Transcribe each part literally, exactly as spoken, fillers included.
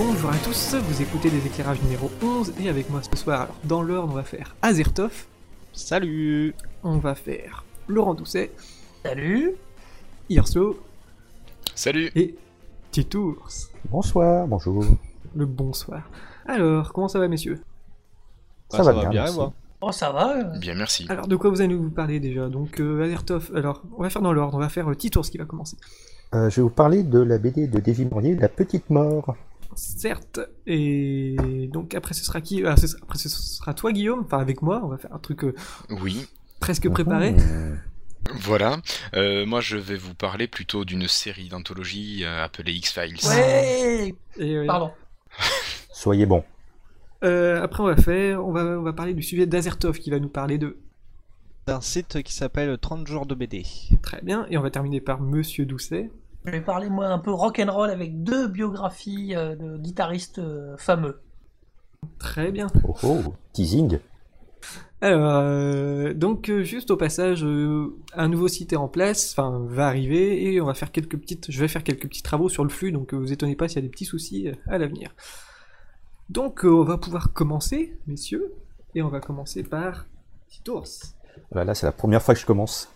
Bonjour à tous, vous écoutez les éclairages numéro onze et avec moi ce soir, alors dans l'ordre on va faire Azertov. Salut. On va faire Laurent Doucet. Salut. Irso. Salut. Et Titours. Bonsoir, bonjour. Le bonsoir. Alors, comment ça va messieurs? Ça, Bah, va ça bien, bien, merci. moi. Oh, ça va. Bien, merci. Alors, de quoi vous allez nous parler déjà? Donc, euh, Azertov, alors, on va faire dans l'ordre, on va faire euh, Titours qui va commencer. Euh, je vais vous parler de la B D de Davy Mourier, La Petite Mort. Certes, et donc après ce sera qui? Ah, ce sera- Après ce sera toi Guillaume, enfin avec moi, on va faire un truc euh, Oui, presque préparé. Mmh. voilà. Euh, moi, je vais vous parler plutôt d'une série d'anthologie euh, appelée X-Files. Ouais. Et, euh, Pardon. Soyez bons. euh, après on va faire, on va, on va parler du sujet d'Azertov qui va nous parler de... D'un site qui s'appelle trente jours de B D. Très bien, et on va terminer par Monsieur Doucet. Je vais parler moi un peu rock'n'roll avec deux biographies euh, de guitaristes euh, fameux. Très bien. Oh oh, teasing. Alors, euh, donc euh, juste au passage, euh, un nouveau site est en place, enfin va arriver, et on va faire quelques petites, je vais faire quelques petits travaux sur le flux, donc euh, vous étonnez pas s'il y a des petits soucis euh, à l'avenir. Donc euh, on va pouvoir commencer, messieurs, et on va commencer par Titours. Voilà, là, c'est la première fois que je commence.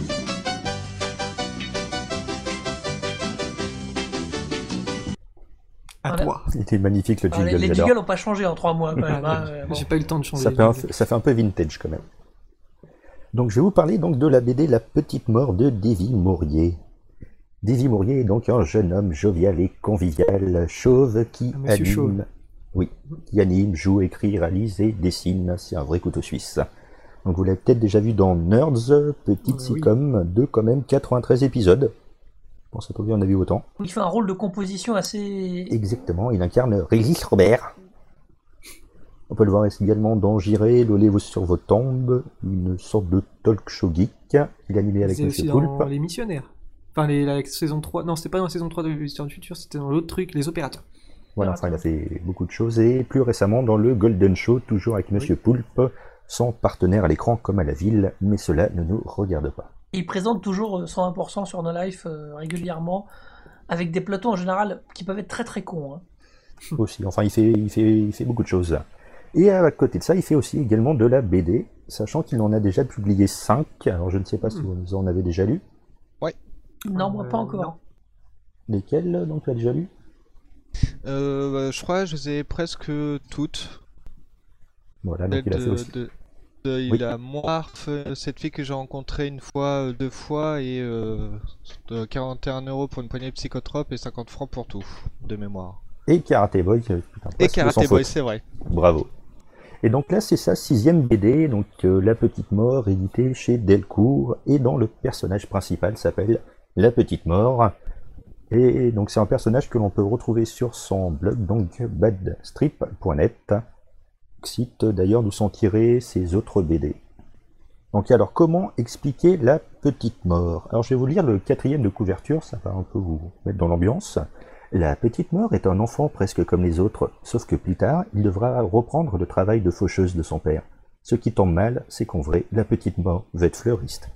À Voilà. toi. Il est magnifique le Ah, jingle, les les j'adore. jingles n'ont pas changé en trois mois quand même. hein, euh, bon. J'ai pas eu le temps de changer. Ça fait, un, ça fait un peu vintage quand même. Donc je vais vous parler donc de la B D La Petite Mort de Davy Mourier. Davy Mourier est donc un jeune homme jovial et convivial, chauve, qui Un monsieur anime, chauve. oui, qui anime, joue, écrit, réalise et dessine. C'est un vrai couteau suisse. Donc vous l'avez peut-être déjà vu dans Nerds, petite Euh, sitcom de quand même quatre-vingt-treize épisodes. Je pense pas qu'il y en a vu autant. Il fait un rôle de composition assez. Exactement, il incarne Régis Robert. On peut le voir également dans J'irai, Lolez-vous sur vos tombes, une sorte de talk show geek. Il est animé avec C'est aussi Monsieur dans Poulpe. les missionnaires. Enfin, les, la saison trois, non, c'était pas dans la saison trois de l'Histoire du Futur, c'était dans l'autre truc, les opérateurs. Voilà, enfin, il a fait beaucoup de choses. Et plus récemment dans le Golden Show, toujours avec Monsieur Poulpe, son partenaire à l'écran comme à la ville, mais cela ne nous regarde pas. Il présente toujours euh, cent un pour cent sur No Life euh, régulièrement, avec des plateaux en général qui peuvent être très très cons. hein. Aussi, enfin, il fait, il, fait, il fait beaucoup de choses. Et à côté de ça, il fait aussi également de la B D, sachant qu'il en a déjà publié cinq. Alors je ne sais pas si vous en avez déjà lu. Non, moi Euh, pas encore. non. Lesquels, donc, tu as déjà lu? Euh, bah, je crois que je les ai presque toutes. Voilà, donc Celle il a fait de, aussi. de- de- il Oui. a Moirf, euh, cette fille que j'ai rencontrée une fois, euh, deux fois, et euh, de quarante et un euros pour une poignée de psychotropes et cinquante francs pour tout, de mémoire. Et Karate Boy, euh, putain, Et presque sans Karate Boy, faute. c'est vrai. Bravo. Et donc là, c'est sa sixième B D, donc euh, La Petite Mort, éditée chez Delcourt, et dont le personnage principal s'appelle La Petite Mort. Et donc c'est un personnage que l'on peut retrouver sur son blog, donc badstrip point net, site d'ailleurs d'où sont tirés ses autres B D. Donc alors, comment expliquer La Petite Mort? Alors je vais vous lire le quatrième de couverture, ça va un peu vous mettre dans l'ambiance. La Petite Mort est un enfant presque comme les autres, sauf que plus tard, il devra reprendre le travail de faucheuse de son père. Ce qui tombe mal, c'est qu'en vrai, La Petite Mort veut être fleuriste.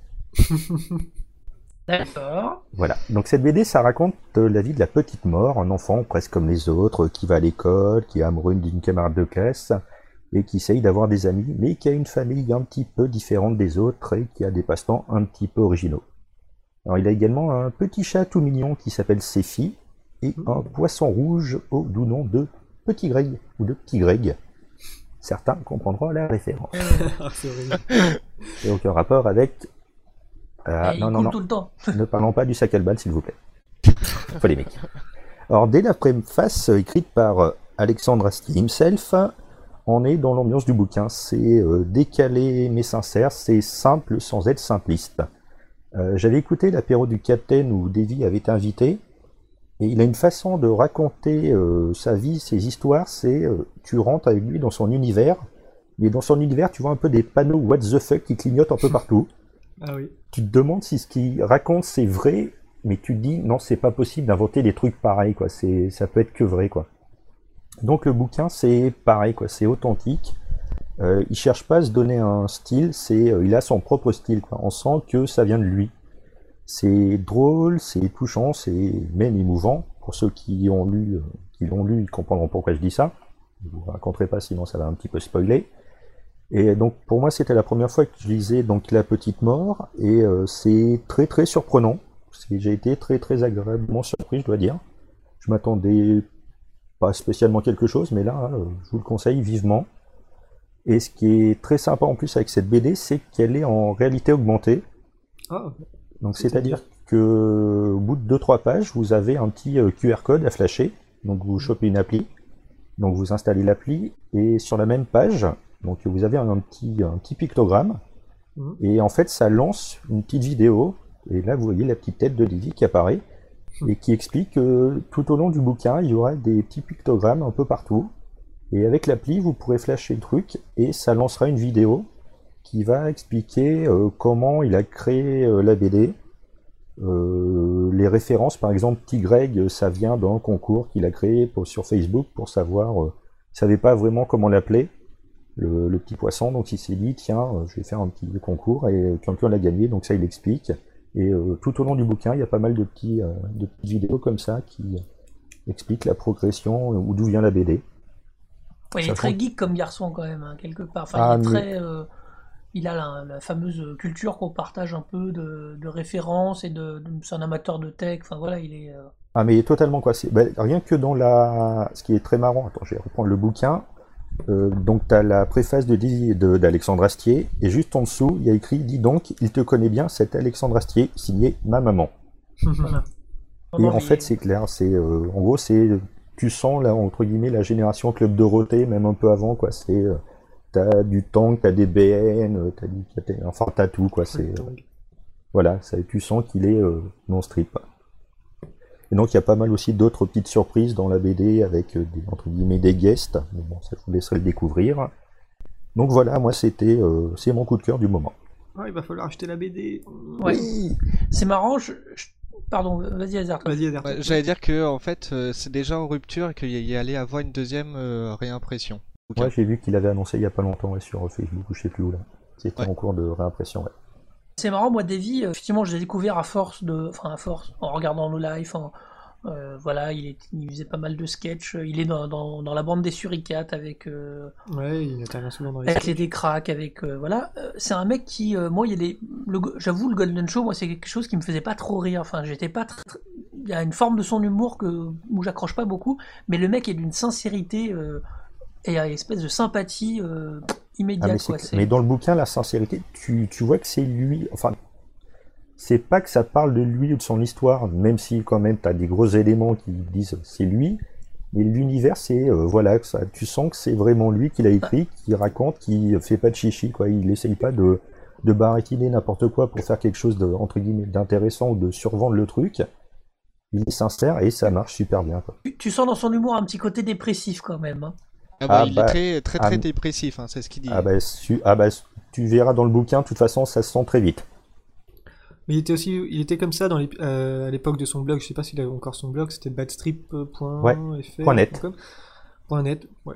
D'accord. Voilà, donc cette B D, ça raconte euh, la vie de la Petite Mort, un enfant presque comme les autres, qui va à l'école, qui est amoureux d'une camarade de classe, et qui essaye d'avoir des amis, mais qui a une famille un petit peu différente des autres, et qui a des passe-temps un petit peu originaux. Alors il a également un petit chat tout mignon qui s'appelle Séphie, et un poisson rouge au doux nom de Petit Greg, ou de Petit Greg. Certains comprendront la référence. Ah, c'est horrible. Et aucun rapport avec... Euh, Et non, il non, coule non. tout le temps. Ne parlons pas du sac à balle, s'il vous plaît. Polémique. Alors, dès la préface euh, écrite par euh, Alexandre Astier himself, on est dans l'ambiance du bouquin. C'est euh, décalé mais sincère, c'est simple sans être simpliste. Euh, J'avais écouté l'apéro du Capitaine où Davy avait été invité, et il a une façon de raconter euh, sa vie, ses histoires, c'est euh, tu rentres avec lui dans son univers, mais dans son univers, tu vois un peu des panneaux what the fuck qui clignotent un peu partout. Ah oui. Tu te demandes si ce qu'il raconte c'est vrai, mais tu te dis non, c'est pas possible d'inventer des trucs pareils, quoi. C'est, ça peut être que vrai, quoi. Donc le bouquin c'est pareil, quoi. C'est authentique. Euh, il cherche pas à se donner un style, c'est, euh, il a son propre style, quoi. On sent que ça vient de lui. C'est drôle, c'est touchant, c'est même émouvant pour ceux qui ont lu, euh, qui l'ont lu, ils comprendront pourquoi je dis ça. Je ne vous raconterai pas, sinon ça va un petit peu spoiler. Et donc pour moi, c'était la première fois que je lisais donc La Petite Mort, et euh, c'est très très surprenant. J'ai été très très agréablement surpris, je dois dire. Je m'attendais pas spécialement quelque chose, mais là, euh, je vous le conseille vivement. Et ce qui est très sympa en plus avec cette B D, c'est qu'elle est en réalité augmentée. Oh, Donc c'est-à-dire que au bout de deux trois pages, vous avez un petit euh, Q R code à flasher. Donc vous chopez une appli, donc vous installez l'appli, et sur la même page, donc vous avez un petit, un petit pictogramme, Mhm. et en fait ça lance une petite vidéo, et là vous voyez la petite tête de Livy qui apparaît, et qui explique que tout au long du bouquin, il y aura des petits pictogrammes un peu partout, et avec l'appli, vous pourrez flasher le truc, et ça lancera une vidéo qui va expliquer euh, comment il a créé euh, la B D. Euh, les références, par exemple, Petit Greg, ça vient d'un concours qu'il a créé pour, sur Facebook pour savoir, euh, il savait pas vraiment comment l'appeler, le, le petit poisson, donc il s'est dit, tiens, euh, je vais faire un petit concours, et quelqu'un l'a gagné, donc ça il explique. Et euh, tout au long du bouquin, il y a pas mal de, petits, euh, de petites vidéos comme ça qui expliquent la progression, euh, ou d'où vient la B D. Ouais, il est Sachant très que- geek comme garçon quand même, hein, quelque part. Enfin, Ah, il est mais- très, euh, il a la, la fameuse culture qu'on partage un peu de, de références et de, de- c'est un amateur de tech. Enfin voilà, il est. euh, Ah mais totalement quoi. C'est- bah, rien que dans la, ce qui est très marrant. Attends, je vais reprendre le bouquin. Euh, donc t'as la préface de, Di- de- d'Alexandre Astier, et juste en dessous il y a écrit, dis donc, il te connaît bien, cet Alexandre Astier, signé ma maman. Voilà. Non, Et non, en mais- fait c'est clair, c'est euh, en gros c'est, tu sens là entre guillemets la génération Club Dorothée, même un peu avant quoi. C'est euh, t'as du Tank, t'as des B N, euh, t'as du, t'as- enfin t'as tout quoi. C'est euh, voilà, ça, tu sens qu'il est euh, non strip. Et donc il y a pas mal aussi d'autres petites surprises dans la B D avec euh, des, entre guillemets des guests, mais bon ça je vous laisserai le découvrir. Donc voilà, moi c'était euh, c'est mon coup de cœur du moment. Ah, il va falloir acheter la B D. Ouais. Oui. C'est marrant. Je, je- Pardon, vas-y Azar. Vas-y, Azerto. Ouais, J'allais dire que en fait euh, c'est déjà en rupture et qu'il y y allait avoir une deuxième euh, réimpression. Ouais, j'ai vu qu'il avait annoncé il y a pas longtemps ouais, sur Facebook ou je sais plus où là. C'était Ouais. en cours de réimpression. Ouais. C'est marrant, moi, Davy, euh, effectivement, je l'ai découvert à force de. Enfin, à force, en regardant nos lives. En, euh, voilà, il, est, il faisait pas mal de sketchs. Il est dans, dans, dans la bande des Suricates avec. euh, Ouais, il intervient souvent dans les avec les sketchs. décraques, avec. euh, voilà. Euh, c'est un mec qui. euh, moi, il y a des. le go- J'avoue, le Golden Show, moi, c'est quelque chose qui me faisait pas trop rire. Enfin, j'étais pas. très- très- Il y a une forme de son humour que, où j'accroche pas beaucoup. Mais le mec est d'une sincérité euh, et une espèce de sympathie euh, Ah, immédiate, mais, c'est quoi. cl- C'est- mais dans le bouquin, la sincérité, tu, tu vois que c'est lui. Enfin, c'est pas que ça parle de lui ou de son histoire, même si quand même t'as des gros éléments qui disent c'est lui. Mais l'univers, c'est euh, voilà, que ça, tu sens que c'est vraiment lui qui l'a écrit, qui raconte, qui fait pas de chichi, quoi. Il essaye pas de, de baratiner n'importe quoi pour faire quelque chose de, entre guillemets, d'intéressant ou de survendre le truc. Il est sincère et ça marche super bien, quoi. Tu, tu sens dans son humour un petit côté dépressif quand même. hein. Ah bah, Ah il bah, est très très ah, très mais- dépressif, hein, c'est ce qu'il dit. Ah bah, su- ah bah, tu verras dans le bouquin, de toute façon, ça se sent très vite. Mais il était aussi, il était comme ça dans les, euh, à l'époque de son blog. Je sais pas s'il avait encore son blog. C'était badstrip point f r. point net. .com. Point .net, ouais.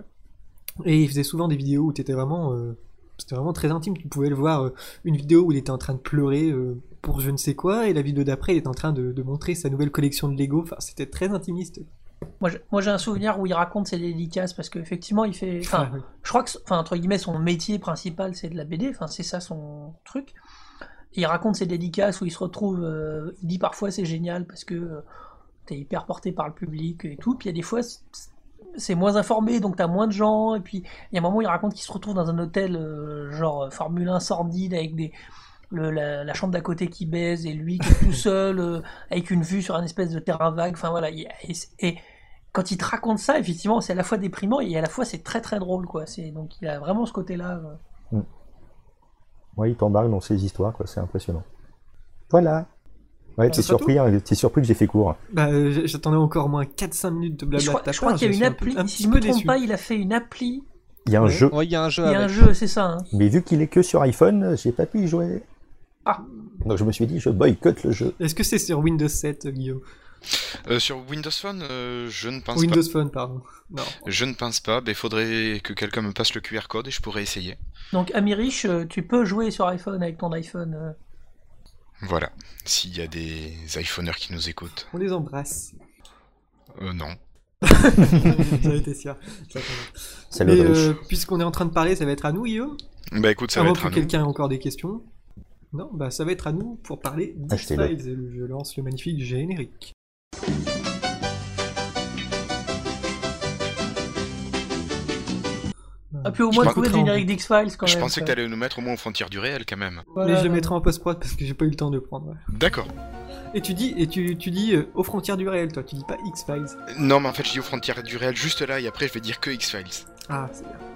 Et il faisait souvent des vidéos où t'étais vraiment, euh, c'était vraiment très intime. Tu pouvais le voir, euh, une vidéo où il était en train de pleurer euh, pour je ne sais quoi, et la vidéo d'après, il était en train de, de montrer sa nouvelle collection de Lego. Enfin, c'était très intimiste. Moi, j'ai- moi, j'ai un souvenir où il raconte ses dédicaces parce qu'effectivement, il fait. Enfin, Ah, ouais. je crois que, enfin, entre guillemets, son métier principal, c'est de la B D. Enfin, c'est ça son truc. Et il raconte ses dédicaces où il se retrouve. euh, il dit parfois c'est génial parce que euh, t'es hyper porté par le public et tout. Puis il y a des fois c'est- c'est moins informé, donc t'as moins de gens. Et puis il y a un moment, il raconte qu'il se retrouve dans un hôtel euh, genre euh, Formule un sordide avec des le- la, la chambre d'à côté qui baise et lui qui est tout seul euh, avec une vue sur un espèce de terrain vague. Enfin voilà. il y a- Et, et quand il te raconte ça, effectivement, c'est à la fois déprimant et à la fois c'est très très drôle, quoi. C'est donc il a vraiment ce côté-là. euh. Ouais, il t'embarque dans ses histoires, quoi, c'est impressionnant. Voilà. Ouais, t'es c'est pas surpris, hein, t'es surpris que j'ai fait court. Bah, euh, j'attendais encore au moins quatre cinq minutes de Et blabla je crois, de ta je crois part, qu'il y a je une suis un peu- appli. un Si petit je me peu trompe déçu. pas, il a fait une appli. Il y a un Ouais. jeu, Ouais, il y a un jeu Il y a un avec. jeu, c'est ça. hein. mais vu qu'il est que sur iPhone, j'ai pas pu y jouer. Ah. Donc je me suis dit, je boycotte le jeu. Est-ce que c'est sur Windows sept, Guillaume? Euh, sur Windows Phone, euh, je ne pense Windows Phone, pardon. Non. pas. Je ne pense pas. Il faudrait que quelqu'un me passe le Q R code et je pourrais essayer. Donc, Amirich, euh, tu peux jouer sur iPhone avec ton iPhone. euh. Voilà. S'il y a des iPhoneurs qui nous écoutent. On les embrasse. Euh, non. J'en étais sûr. C'est Mais le euh, puisqu'on est en train de parler, ça va être à nous, Guillaume. Bah écoute, ça Avant va que être à nous. quelqu'un ait encore des questions. Non, bah ça va être à nous pour parler Achetez-le. d'X-Files. Je lance le magnifique générique. Ah, puis au Je moins pense trouver que le t'en- générique d'X-Files quand Je même. pensais que ça. t'allais nous mettre au moins aux frontières du réel quand même. Voilà, Mais je le non, mettrai non. en post-prod parce que j'ai pas eu le temps de prendre. ouais. D'accord. Et tu dis, et tu, tu dis euh, aux frontières du réel, toi, tu dis pas X-Files. Non, mais en fait, je dis aux frontières du réel juste là, et après, je vais dire que X-Files. Ah, c'est bien.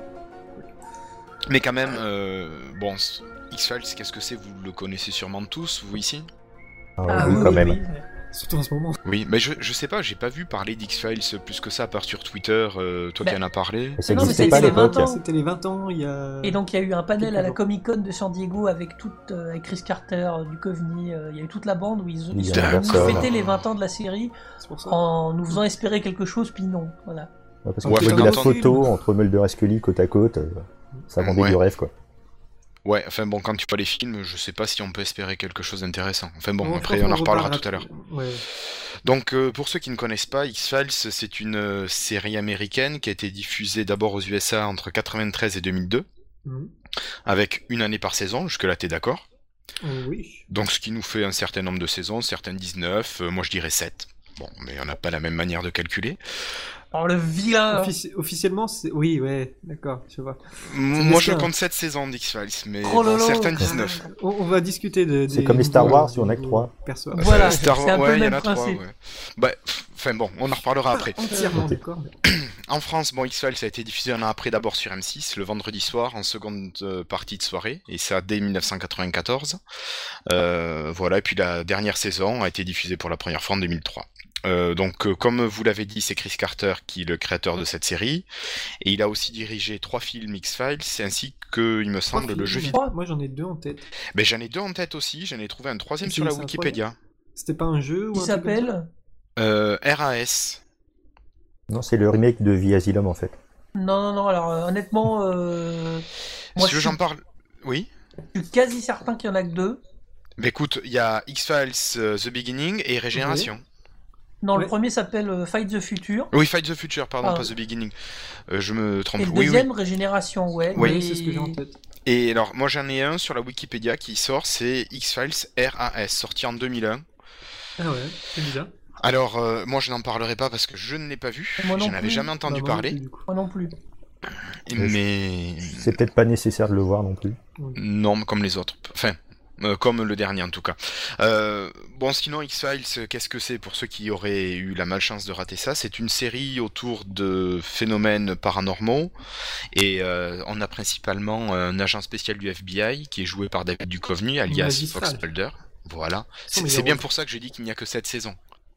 Mais quand même, euh, bon, c- X-Files, qu'est-ce que c'est? Vous le connaissez sûrement tous, vous ici? Ah, Ah, oui, quand même. oui. Surtout en ce moment. Oui, mais je, je sais pas, j'ai pas vu parler d'X-Files plus que ça, à part sur Twitter, euh, toi Bah, qui en as parlé. Et ça Non, mais n'existait c'est- pas à c'est l'époque. vingt ans. C'était les vingt ans, il y a. Et donc il y a eu un panel Quelques à la jours. Comic Con de San Diego avec toute euh, avec Chris Carter, euh, Duchovny, euh, il y a eu toute la bande où ils, ils Ils sont ont venus ça. fêter les vingt ans de la série C'est pour ça. en nous faisant espérer quelque chose, puis non. Voilà. Ouais, parce Ouais, qu'on mais voyait la quand- photo entre Mulder et Scully côte à côte, euh, ça vendait Ouais. du rêve, quoi. Ouais, enfin bon, quand tu vois les films, je sais pas si on peut espérer quelque chose d'intéressant. Enfin bon, Bon, je après pense on en qu'on reparlera reparlera tout à l'heure. Ouais. Donc euh, pour ceux qui ne connaissent pas, X-Files, c'est une euh, série américaine qui a été diffusée d'abord aux U S A entre quatre-vingt-treize et deux mille deux, Mhm. avec une année par saison, jusque-là t'es d'accord? Euh, oui. Donc ce qui nous fait un certain nombre de saisons, certaines dix-neuf, euh, moi je dirais sept. Bon, mais on n'a pas la même manière de calculer. Alors le vilain. Offici- officiellement, c'est. Oui, ouais, d'accord, je vois. M- Moi je bien. compte sept saisons d'X-Files, mais Oh là bon, là. certaines dix-neuf. On, on va discuter de. C'est des comme les Star nouveaux- Wars, il y en a que des trois. nouveaux persos. Voilà, Euh, Star c'est un peu ouais, le il y en même a trois, principe. ouais. Bah, enfin bon, on en reparlera après. Entièrement Ok. d'accord. En France, bon, X-Files a été diffusé un an après d'abord sur M six, le vendredi soir, en seconde euh, partie de soirée, et ça dès mille neuf cent quatre-vingt-quatorze. Euh, voilà, et puis la dernière saison a été diffusée pour la première fois en deux mille trois. Euh, donc, euh, comme vous l'avez dit, c'est Chris Carter qui est le créateur de cette série, et il a aussi dirigé trois films X-Files, ainsi que, il me semble, le jeu vidéo. Moi, j'en ai deux en tête. Mais j'en ai deux en tête aussi, j'en ai trouvé un troisième C'est- sur la c'est un Wikipédia. C'était pas un jeu ou Qui un truc comme ça s'appelle Euh, R A S. Non, c'est le remake de The Asylum, en fait. Non, non, non. Alors euh, honnêtement, euh... moi Si je j'en suis, parle... Oui. je suis quasi certain qu'il y en a que deux. Bah écoute, il y a X-Files euh, The Beginning et Régénération. Non, le Ouais. premier s'appelle euh, Fight the Future. Oui, Fight the Future, pardon, Ah. pas The Beginning. Euh, je me trompe. Et le Oui, deuxième, oui. Régénération, ouais. Oui. Oui, Et- c'est ce que j'ai en tête. Et alors, moi j'en ai un sur la Wikipédia qui sort, c'est X-Files R A S, sorti en deux mille un. Ah ouais, c'est bizarre. Alors, euh, moi je n'en parlerai pas parce que je ne l'ai pas vu, Moi non j'en avais plus. jamais entendu Bah, moi non parler, plus, du coup. Moi non plus. mais... C'est peut-être pas nécessaire de le voir non plus. Non, mais comme les autres. Enfin, euh, comme le dernier en tout cas. Euh, bon, sinon, X-Files, qu'est-ce que c'est pour ceux qui auraient eu la malchance de rater ça? C'est une série autour de phénomènes paranormaux. Et euh, on a principalement un agent spécial du F B I qui est joué par David Duchovny, alias Magistral. Fox Mulder. Voilà. C'est mais c'est il bien rôle. pour ça que j'ai dit qu'il n'y a que sept saisons.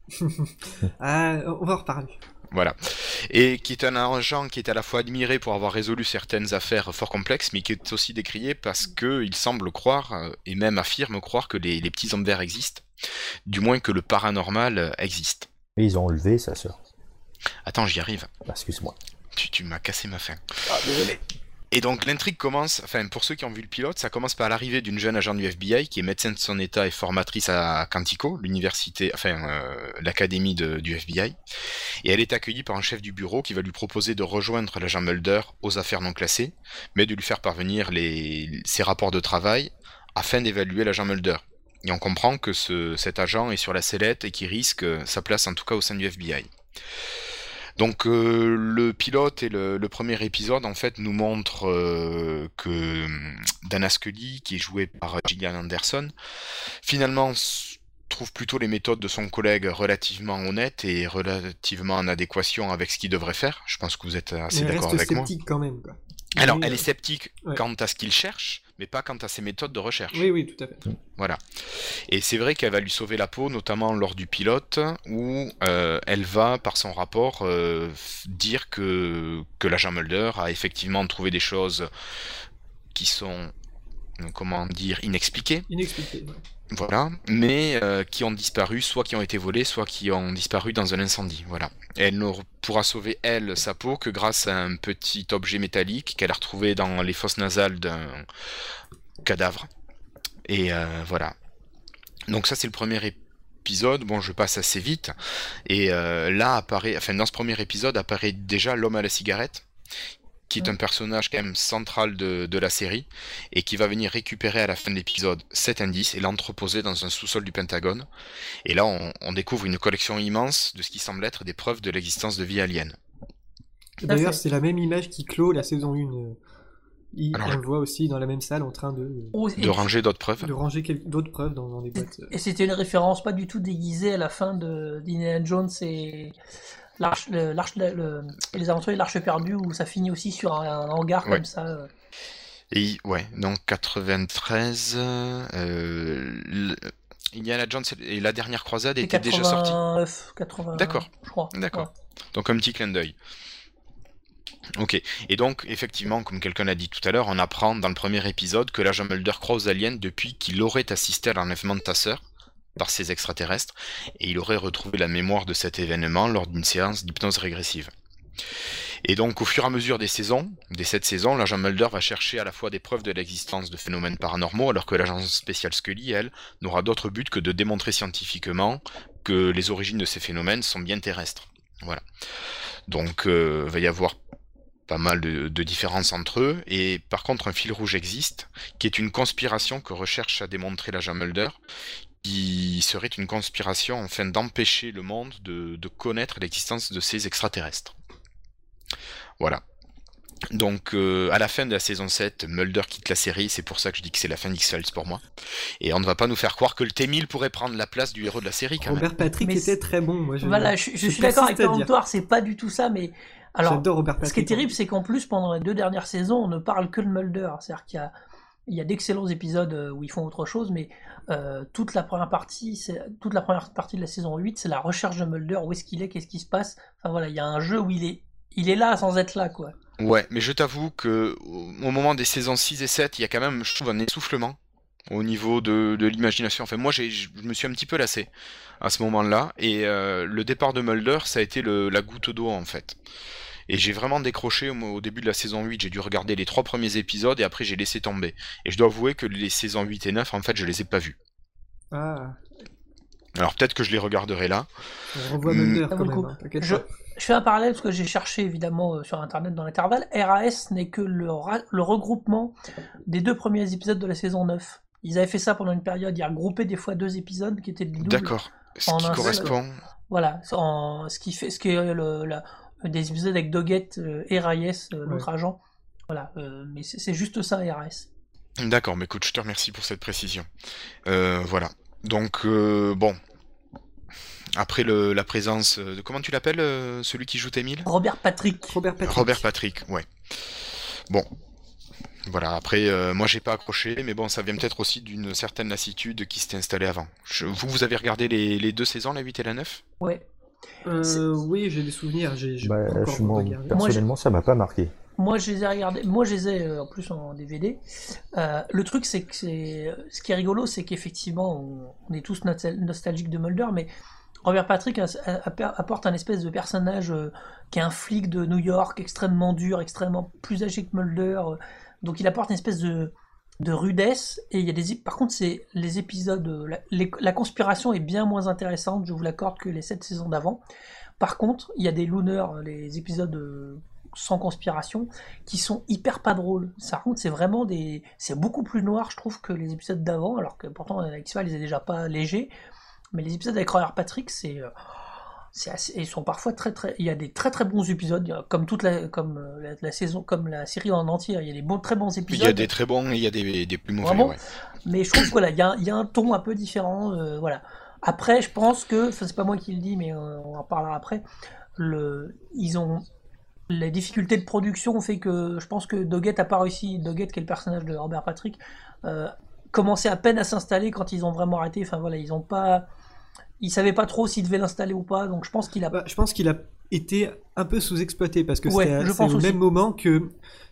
Ah, on va en reparler. Voilà. Et qui est un agent qui est à la fois admiré pour avoir résolu certaines affaires fort complexes, mais qui est aussi décrié parce qu'il semble croire, euh, et même affirme croire, que les, les petits hommes verts existent. Du moins que le paranormal euh, existe. Et ils ont enlevé sa sœur. Attends, j'y arrive. Ah, excuse-moi. Tu, tu m'as cassé ma faim. Et donc l'intrigue commence, enfin pour ceux qui ont vu le pilote, ça commence par l'arrivée d'une jeune agent du F B I qui est médecin de son état et formatrice à Quantico, l'université, enfin euh, l'académie de- du F B I. Et elle est accueillie par un chef du bureau qui va lui proposer de rejoindre l'agent Mulder aux affaires non classées, mais de lui faire parvenir les, ses rapports de travail afin d'évaluer l'agent Mulder. Et on comprend que ce, cet agent est sur la sellette et qu'il risque sa place en tout cas au sein du F B I. Donc euh, le pilote et le, le premier épisode en fait nous montrent euh, que hum, Dana Scully, qui est jouée par Gillian Anderson, finalement s- trouve plutôt les méthodes de son collègue relativement honnêtes et relativement en adéquation avec ce qu'il devrait faire. Je pense que vous êtes assez Mais elle d'accord reste avec moi. sceptique quand même, quoi. Alors Mais, elle euh, est sceptique ouais. quant à ce qu'il cherche, mais pas quant à ses méthodes de recherche. Oui, oui, tout à fait. Voilà. Et c'est vrai qu'elle va lui sauver la peau, notamment lors du pilote, où euh, elle va, par son rapport, euh, f- dire que, que l'agent Mulder a effectivement trouvé des choses qui sont, euh, comment dire, inexpliquées, Inexpliqué. ouais. voilà, mais euh, qui ont disparu, soit qui ont été volées, soit qui ont disparu dans un incendie, voilà. Et elle ne re- pourra sauver, elle, sa peau que grâce à un petit objet métallique qu'elle a retrouvé dans les fosses nasales d'un cadavre. Et euh, voilà. Donc ça c'est le premier épisode, bon, je passe assez vite, et euh, là apparaît, enfin dans ce premier épisode apparaît déjà l'homme à la cigarette, qui est un personnage quand même central de, de la série, et qui va venir récupérer à la fin de l'épisode cet indice et l'entreposer dans un sous-sol du Pentagone. Et là, on, on découvre une collection immense de ce qui semble être des preuves de l'existence de vie alien. D'ailleurs, c'est la même image qui clôt la saison un. Il, Alors, on je- le voit aussi dans la même salle en train de, Oh, et De ranger d'autres preuves. de ranger quel- d'autres preuves dans, dans des boîtes. Et c'était une référence pas du tout déguisée à la fin de d'Indiana Jones et l'arche, le- l'arche, le- le- et les aventuriers de l'Arche perdue où ça finit aussi sur un, un hangar Ouais. comme ça. euh. Et ouais, donc quatre-vingt-treize, euh, le- Indiana Jones et la dernière croisade C'est était déjà sorti. quatre-vingt-neuf, quatre-vingts, D'accord. je crois. D'accord. Ouais. Donc un petit clin d'œil. Ok. Et donc, effectivement, comme quelqu'un l'a dit tout à l'heure, on apprend dans le premier épisode que l'agent Mulder croit aux aliens depuis qu'il aurait assisté à l'enlèvement de ta sœur par ces extraterrestres, et il aurait retrouvé la mémoire de cet événement lors d'une séance d'hypnose régressive. Et donc, au fur et à mesure des saisons, des sept saisons, l'agent Mulder va chercher à la fois des preuves de l'existence de phénomènes paranormaux, alors que l'agent spécial Scully, elle, n'aura d'autre but que de démontrer scientifiquement que les origines de ces phénomènes sont bien terrestres. Voilà. Donc, euh, va y avoir pas mal de, de différences entre eux, et par contre, un fil rouge existe, qui est une conspiration que recherche à démontrer l'agent Mulder, qui serait une conspiration afin d'empêcher le monde de, de connaître l'existence de ces extraterrestres. Voilà. Donc, euh, à la fin de la saison sept, Mulder quitte la série, c'est pour ça que je dis que c'est la fin d'X-Files pour moi. Et on ne va pas nous faire croire que le T mille pourrait prendre la place du héros de la série, quand même. Robert Patrick Mais était c'est- très bon. Moi, je, Voilà, je, je je suis d'accord avec persiste à toi, dire. Antoine, c'est pas du tout ça, mais alors, J'adore Robert Patrick. ce qui est terrible, c'est qu'en plus, pendant les deux dernières saisons, on ne parle que de Mulder. C'est-à-dire qu'il y a, il y a d'excellents épisodes euh, où ils font autre chose, mais euh, toute la première partie, c'est toute la première partie de la saison huit, c'est la recherche de Mulder. Où est-ce qu'il est, qu'est-ce qui se passe. Enfin voilà, il y a un jeu où il est, il est là sans être là, quoi. Ouais, mais je t'avoue que au au moment des saisons six et sept, il y a quand même, je trouve, un essoufflement au niveau de, de l'imagination. Enfin, moi, j'ai, je me suis un petit peu lassé à ce moment-là, et euh, le départ de Mulder, ça a été le, la goutte d'eau, en fait. Et j'ai vraiment décroché au, au début de la saison huit, j'ai dû regarder les trois premiers épisodes, et après j'ai laissé tomber. Et je dois avouer que les saisons huit et neuf, en fait, je les ai pas vus. Ah, Alors peut-être que je les regarderai là. on revoit Hmm. Mulder Ça vaut quand le même. coup. hein, t'inquiète Je, pas. je fais un parallèle parce que j'ai cherché évidemment euh, sur internet dans l'intervalle. R A S n'est que le, ra- le regroupement des deux premiers épisodes de la saison neuf. Ils avaient fait ça pendant une période, ils regroupaient des fois deux épisodes qui étaient des doubles. D'accord. Ce En qui un seul. correspond. Voilà, en, ce qui fait, ce qui est le, la- des épisodes avec Doggett euh, et Reyes, euh, l'autre agent. Voilà, euh, mais c'est c'est juste ça, R A S. D'accord, mais écoute, je te remercie pour cette précision. Euh, voilà. Donc, euh, bon. Après le, la présence de... Comment tu l'appelles, euh, celui qui joue T-mille? Robert Patrick. Robert Patrick. Robert Patrick, ouais. Bon. Voilà, après, euh, moi j'ai pas accroché, mais bon, ça vient peut-être aussi d'une certaine lassitude qui s'était installée avant. Je- vous, vous avez regardé les, les deux saisons, la huit et la neuf? Ouais. Euh, oui, j'ai des souvenirs. J'ai, j'ai Bah, pas encore je m'en- regardé. personnellement, ça m'a pas marqué. Moi, je les ai regardés. Moi, je les ai euh, en plus en D V D. Euh, le truc, c'est que c'est ce qui est rigolo, c'est qu'effectivement, on, on est tous nostal- nostalgiques de Mulder, mais Robert Patrick a- a- apporte un espèce de personnage euh, qui est un flic de New York, extrêmement dur, extrêmement plus âgé que Mulder. euh, donc, il apporte une espèce de de rudesse. Et il y a des, par contre, c'est les épisodes, euh, la, les- la conspiration est bien moins intéressante, je vous l'accorde, que les sept saisons d'avant. Par contre, il y a des looners, les épisodes euh, sans conspiration, qui sont hyper pas drôles. Ça, par contre, c'est vraiment des, c'est beaucoup plus noir, je trouve, que les épisodes d'avant, alors que pourtant, X-Files, ils étaient déjà pas légers. Mais les épisodes avec Robert Patrick, c'est, euh, c'est assez, ils sont parfois très très, il y a des très très bons épisodes, il y a- comme toute la, comme euh, la, la saison, comme la série en entier, il y a des bons, très bons épisodes. Il y a des très bons et il y a des, des plus mauvais, Vraiment. ouais. Mais je trouve que voilà, il y, a un- il y a un ton un peu différent. euh, voilà. Après, je pense que, enfin, c'est pas moi qui le dis, mais euh, on en parlera après. Le, ils ont les difficultés de production ont fait que je pense que Doggett a pas réussi. Doggett, qui est le personnage de Robert Patrick, euh, commençait à peine à s'installer quand ils ont vraiment arrêté. Enfin voilà, ils ont pas, ils savaient pas trop s'ils devaient l'installer ou pas. Donc je pense qu'il a. Bah, je pense qu'il a été un peu sous-exploité parce que Ouais, c'était je c'est pense au aussi. même moment que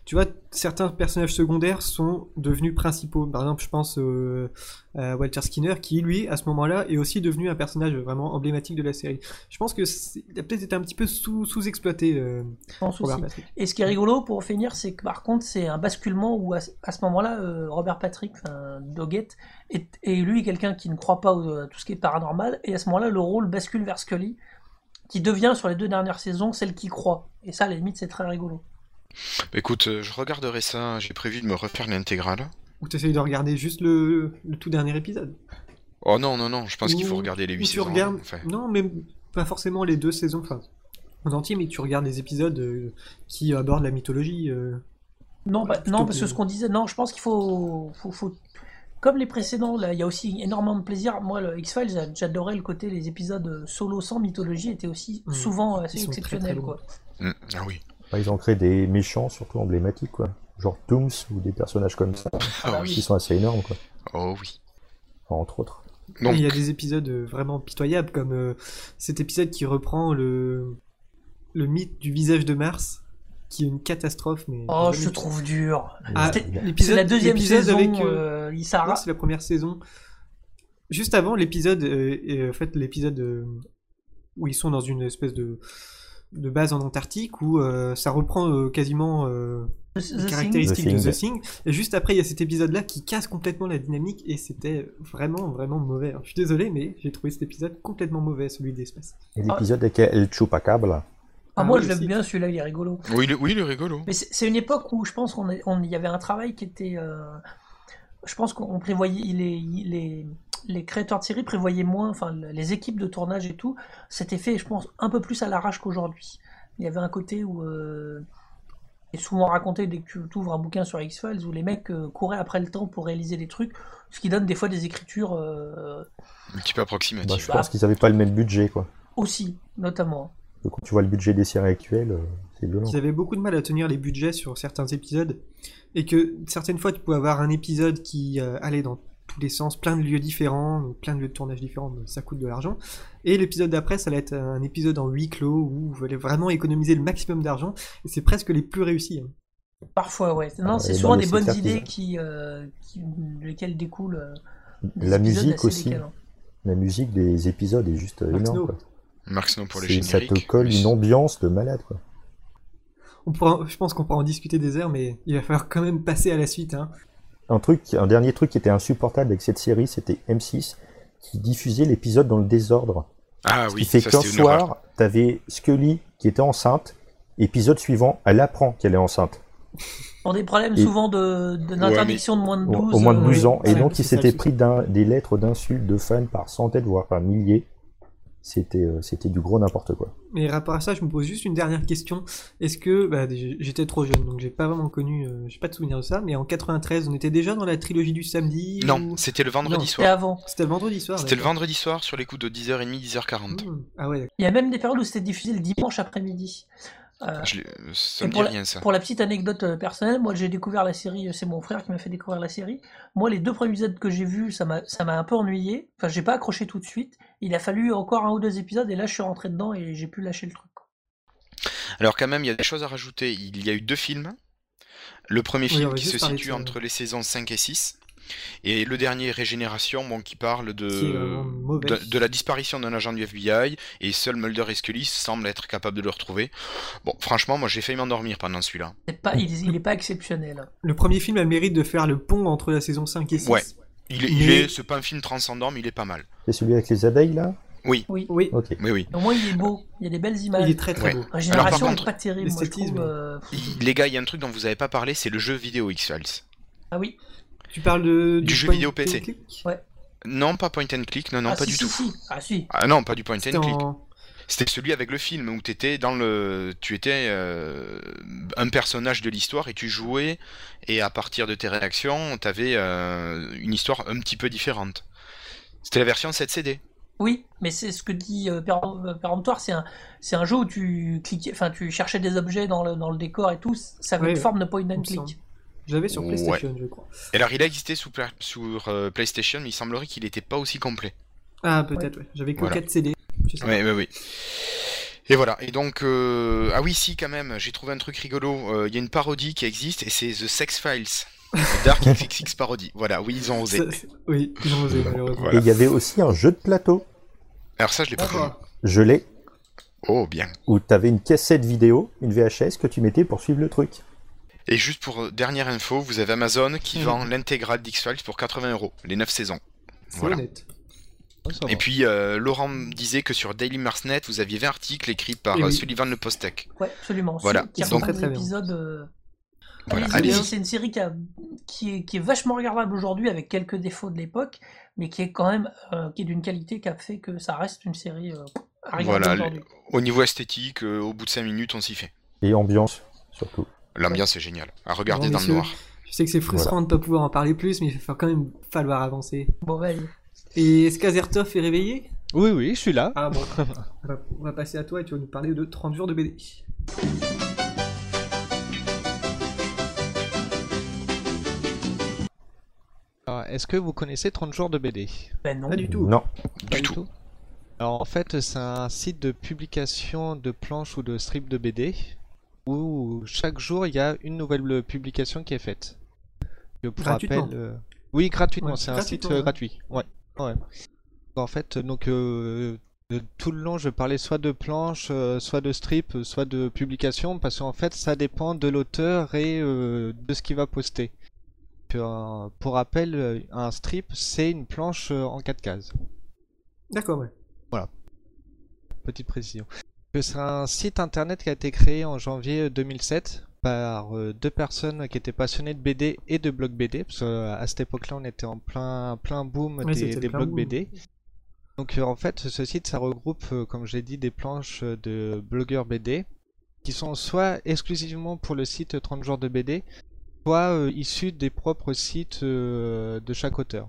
tu vois, certains personnages secondaires sont devenus principaux. Par exemple, je pense euh, à Walter Skinner, qui lui, à ce moment-là, est aussi devenu un personnage vraiment emblématique de la série. Je pense que c'est... il a peut-être été un petit peu sous, sous-exploité. Euh, Je pense Robert aussi. Patrick. Et ce qui est rigolo pour finir, c'est que par contre, c'est un basculement où à, ce- à ce moment-là, euh, Robert Patrick, enfin Doggett, est, est lui quelqu'un qui ne croit pas au- à tout ce qui est paranormal, et à ce moment-là, le rôle bascule vers Scully, qui devient sur les deux dernières saisons celle qui croit. Et ça, à la limite, c'est très rigolo. Bah, écoute, euh, je regarderai ça, j'ai prévu de me refaire l'intégrale. Ou tu essayes de regarder juste le, le tout dernier épisode. Oh non, non, non, je pense qu'il faut Ou- regarder les ou huit tu saisons. regardes... Enfin, Non, mais pas forcément les deux saisons, enfin, en entier, mais tu regardes les épisodes euh, qui abordent la mythologie. euh. Non, bah, Plutôt non parce que- que ce qu'on disait, non, je pense qu'il faut, faut, faut- Comme les précédents, là, il y a aussi énormément de plaisir. Moi, le X-Files, j'a- j'adorais le côté, les épisodes euh, solo sans mythologie étaient aussi Mm. souvent assez Ils sont très, exceptionnels, très bons. quoi. hmm, ah oui. Enfin, ils ont créé des méchants surtout emblématiques, quoi. Genre Tooms ou des personnages comme ça, Ah bah oui. qui sont assez énormes, quoi. Oh oui. Enfin, entre autres. Et Donc, il y a des épisodes euh, vraiment pitoyables, comme euh, cet épisode qui reprend le, le mythe du visage de Mars, qui est une catastrophe. Mais Oh, j'ai je jamais- te trouve dur. Ah, C'était- C'est l'épisode, la deuxième l'épisode saison, avec. euh, euh, il non, s'arrête. c'est la première saison. Juste avant l'épisode, euh, et, en fait, l'épisode euh, où ils sont dans une espèce de, de base en Antarctique, où euh, ça reprend euh, quasiment euh, The les Thing. caractéristiques The de Thing. The Thing. Et juste après, il y a cet épisode-là qui casse complètement la dynamique, et c'était vraiment, vraiment mauvais. Alors, je suis désolé, mais j'ai trouvé cet épisode complètement mauvais, celui de l'espace. Et l'épisode avec El Chupacabra. Ah, Ah moi, oui, je l'aime aussi. bien, celui-là, il est rigolo. oui, le, oui, le rigolo. Mais c'est c'est une époque où je pense qu'on est- on- il y avait un travail qui était. euh, je pense qu'on prévoyait. Il est, il est- les créateurs de séries prévoyaient moins, enfin les équipes de tournage et tout, c'était fait, je pense, un peu plus à l'arrache qu'aujourd'hui. Il y avait un côté où. Euh, c'est souvent raconté dès que tu ouvres un bouquin sur X-Files où les mecs euh, couraient après le temps pour réaliser des trucs, ce qui donne des fois des écritures euh, Un petit peu Bah, approximatif. je pense qu'ils avaient pas le même budget, quoi. aussi, notamment. Donc, quand tu vois le budget des séries actuelles, euh, c'est violent. Ils avaient beaucoup de mal à tenir les budgets sur certains épisodes, et que certaines fois tu pouvais avoir un épisode qui euh, allait dans tous les sens, plein de lieux différents, donc plein de lieux de tournage différents, donc ça coûte de l'argent. Et l'épisode d'après, ça allait être un épisode en huis clos où vous allez vraiment économiser le maximum d'argent, et c'est presque les plus réussis. hein. Parfois, ouais. Non, Ah, c'est et souvent non, mais des c'est bonnes clair idées qu'ils- qui, euh, qui, lesquelles découlent. euh, des La épisodes musique assez aussi. décalants. La musique des épisodes est juste euh, Mark énorme, Snow. quoi. Mark Snow pour les C'est- Ça génériques. te colle plus- une ambiance de malade, quoi. On pourra, je pense qu'on pourra en discuter des heures, mais il va falloir quand même passer à la suite. Hein. Un truc, un dernier truc qui était insupportable avec cette série, c'était M six, qui diffusait l'épisode dans le désordre. Ah Ce oui, qui fait ça qu'un c'était une horreur. soir, t'avais Scully qui était enceinte, épisode suivant, elle apprend qu'elle est enceinte, Pour des problèmes Et- souvent de, de- d'interdiction de moins de au, douze. au moins de euh, douze ans, et ouais, donc c'est il ça le s'était souci. pris d'un- des lettres d'insultes de fans par centaines, voire par milliers. C'était euh, c'était du gros n'importe quoi. Mais rapport à ça, je me pose juste une dernière question. Est-ce que, bah, j- j'étais trop jeune, donc j'ai pas vraiment connu, euh, j'ai pas de souvenir de ça, mais en quatre-vingt-treize, on était déjà dans la trilogie du samedi Non, ou- c'était le Non, vendredi C'était soir. avant. C'était le vendredi soir. C'était le d'accord. vendredi soir sur les coups de dix heures trente, dix heures quarante. Mmh. Ah ouais, d'accord. Il y a même des périodes où c'était diffusé le dimanche après-midi. Euh, Je l'ai- Ça Et me dit pour la- rien ça. Pour la petite anecdote euh, personnelle, moi j'ai découvert la série, euh, c'est mon frère qui m'a fait découvrir la série. Moi, les deux premiers épisodes que j'ai vus, ça m'a ça m'a un peu ennuyé. Enfin, j'ai pas accroché tout de suite. Il a fallu encore un ou deux épisodes et là je suis rentré dedans et j'ai pu lâcher le truc. quoi. Alors quand même, il y a des choses à rajouter. Il y a eu deux films. Le premier Oui, on film va qui juste se parler de situe ça, entre les saisons cinq et six. Et le dernier, Régénération, bon, qui parle de, Qui est vraiment mauvais. de, de la disparition d'un agent du F B I, et seul Mulder et Scully semblent être capables de le retrouver. Bon, franchement, moi j'ai failli m'endormir pendant celui-là. C'est pas, il, il est pas exceptionnel. hein. Le premier film a le mérite de faire le pont entre la saison cinq et six. Ouais. Il, est- il Mais- est, c'est pas un film transcendant, mais il est pas mal. C'est celui avec les abeilles, là? Oui, Oui. Oui, Ok. oui, oui. Au moins il est beau. Il y a des belles images. il est très très Ouais. beau. La génération Alors, par n'est contre, pas terrible. Moi, je l'esthétisme. trouve, euh, Il- les gars, il y a un truc dont vous avez pas parlé, c'est le jeu vidéo X-Files. Ah oui. Tu parles de, Du jeu point vidéo and P C. click Non, pas point and click, non, non, ah, pas si, du si, tout. si. Ah si. Ah non, pas du point and C'était click. en- C'était celui avec le film où t'étais dans le, tu étais euh, un personnage de l'histoire et tu jouais et à partir de tes réactions, t'avais euh, une histoire un petit peu différente. C'était la version sept C D. Oui, mais c'est ce que dit euh, Pérem- euh, Péremptoire, c'est un, c'est un jeu où tu cliquais, enfin tu cherchais des objets dans le, dans le décor et tout, ça avait Ouais, une ouais. forme de point Il and me click. semble. Je l'avais sur Ouais. PlayStation, je crois. Et alors il a existé sous pla- sur euh, PlayStation, mais il semblerait qu'il était pas aussi complet. Ah, peut-être, ouais. J'avais que Voilà. quatre C D. Je sais pas. Ouais, ouais, oui. Et voilà, et donc, euh... ah oui, si, quand même, j'ai trouvé un truc rigolo. Il euh, y a une parodie qui existe, et c'est The Sex Files. Dark X X X parodie. Voilà, oui, ils ont osé. Ça, oui, ils ont osé, malheureusement. Voilà. Et il y avait aussi un jeu de plateau. Alors ça, je l'ai pas connu. D'accord. Je l'ai, Oh, bien. où tu avais une cassette vidéo, une V H S que tu mettais pour suivre le truc. Et juste pour euh, dernière info, vous avez Amazon qui Mhm. vend l'intégrale d'X-Files pour quatre-vingts euros, les neuf saisons. C'est Voilà. honnête. Ouais, ça va. Et puis, euh, Laurent me disait que sur Daily Marsnet, vous aviez vingt articles écrits par Eh euh, oui. Sullivan Le Postek. Ouais, absolument. Voilà. Qui Donc- reprennent Très, très bien. l'épisode. euh, Voilà, allez-y, allez-y. c'est une série qui, a- qui, est, qui est vachement regardable aujourd'hui avec quelques défauts de l'époque, mais qui est quand même euh, qui est d'une qualité qui a fait que ça reste une série euh, à regarder Voilà, aujourd'hui. Au niveau esthétique, euh, au bout de cinq minutes, on s'y fait. Et ambiance, surtout. L'ambiance est géniale. À regarder Bon, dans le messieurs, noir. Je sais que c'est frustrant de ne pas pouvoir en parler plus, mais il va quand même falloir avancer. Bon, vas-y. Et est-ce qu'Azertov est réveillé? Oui, oui, je suis là. Ah bon, on va, on va passer à toi et tu vas nous parler de trente jours de B D. Alors, est-ce que vous connaissez trente jours de B D? Ben non. Pas du tout. Non. Pas Du tout. Alors en fait, c'est un site de publication de planches ou de strips de B D où chaque jour il y a une nouvelle publication qui est faite. Que pour Gratuitement. rappel, euh, oui, gratuitement, Ouais, c'est un site gratuitement, euh, ouais. gratuit. Ouais, ouais. En fait, donc euh, euh, tout le long, je parlais soit de planches, euh, soit de strips, euh, soit de publications, parce qu'en fait, ça dépend de l'auteur et euh, de ce qu'il va poster. Que, euh, pour rappel, euh, un strip, c'est une planche euh, en quatre cases. D'accord, ouais. Petite précision. Que c'est un site internet qui a été créé en janvier deux mille sept par euh, deux personnes qui étaient passionnées de B D et de blog B D, parce qu'à cette époque-là, on était en plein, plein boom Ouais, des, c'était des plein blogs boom. B D. Donc euh, en fait, ce site, ça regroupe, euh, comme j'ai dit, des planches euh, de blogueurs B D qui sont soit exclusivement pour le site trente jours de B D, soit euh, issus des propres sites euh, de chaque auteur.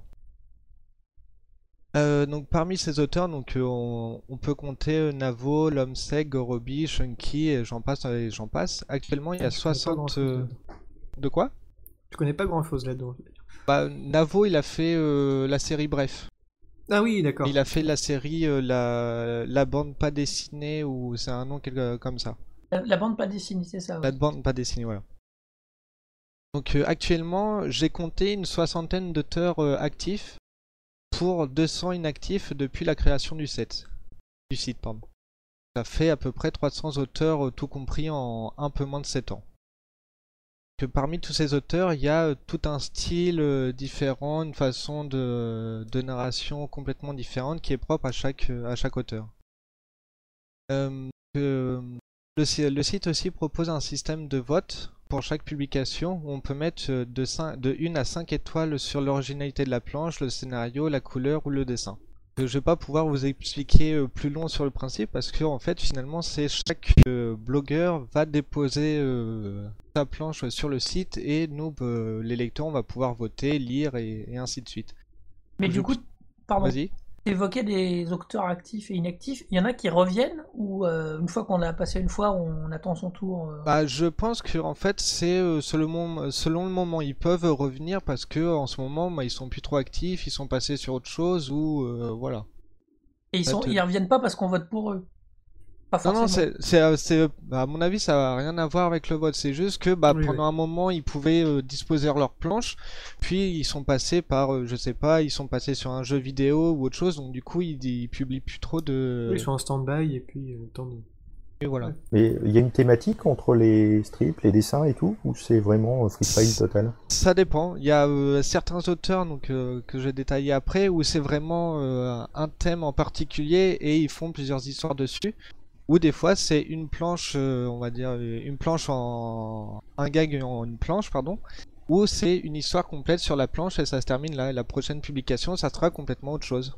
Euh, donc parmi ces auteurs, donc, euh, on, on peut compter euh, Navo, Lomsec, Gorobi, Chunky, et j'en passe et j'en passe. Actuellement, il y a Je connais pas soixante... grand-chose euh, là-dedans. De quoi? Je connais pas grand chose là-dedans. Bah, Navo, il a fait euh, la série Bref. Ah oui, d'accord. Il a fait la série euh, la... la bande pas dessinée, ou c'est un nom quelque... comme ça. La, la bande pas dessinée, c'est ça. ouais. La bande pas dessinée, voilà. Donc euh, actuellement, j'ai compté une soixantaine d'auteurs euh, actifs pour deux cents inactifs depuis la création du site. Du site, pardon. Ça fait à peu près trois cents auteurs euh, tout compris en un peu moins de sept ans. Que parmi tous ces auteurs, il y a euh, tout un style euh, différent, une façon de, de narration complètement différente qui est propre à chaque, euh, à chaque auteur. Euh, que, le, si- le site aussi propose un système de vote pour chaque publication où on peut mettre euh, de, cinq, de une à cinq étoiles sur l'originalité de la planche, le scénario, la couleur ou le dessin. Que je vais pas pouvoir vous expliquer euh, plus long sur le principe parce que en fait finalement c'est chaque euh, blogueur va déposer euh, sa planche sur le site et nous euh, les lecteurs on va pouvoir voter, lire et, et ainsi de suite. Mais Je- du coup, pardon, Vas-y. tu évoquais des auteurs actifs et inactifs. Il y en a qui reviennent ou euh, une fois qu'on l'a passé une fois, on attend son tour euh, Bah, je pense que en fait c'est euh, selon, selon le moment ils peuvent revenir parce que en ce moment bah, ils sont plus trop actifs, ils sont passés sur autre chose ou euh, voilà. et ils, sont, Attends. ils reviennent pas parce qu'on vote pour eux. Pas Non, forcément. non, c'est, c'est, euh, c'est- bah, à mon avis, ça n'a rien à voir avec le vote. C'est juste que bah, Oui, pendant oui. un moment, ils pouvaient euh, disposer leur planche, puis ils sont passés par, euh, je sais pas, ils sont passés sur un jeu vidéo ou autre chose, donc du coup, ils, ils publient plus trop de. Oui, ils sont en stand-by et puis euh, tant de... Et voilà. Ouais. Et il y a une thématique entre les strips, les dessins et tout, ou c'est vraiment euh, freestyle total? Ça dépend. Il y a euh, certains auteurs donc, euh, que je vais détailler après où c'est vraiment euh, un thème en particulier et ils font plusieurs histoires dessus. Ou des fois c'est une planche, euh, on va dire euh, une planche en un gag en une planche pardon, ou c'est une histoire complète sur la planche et ça se termine là. Et la prochaine publication ça sera complètement autre chose.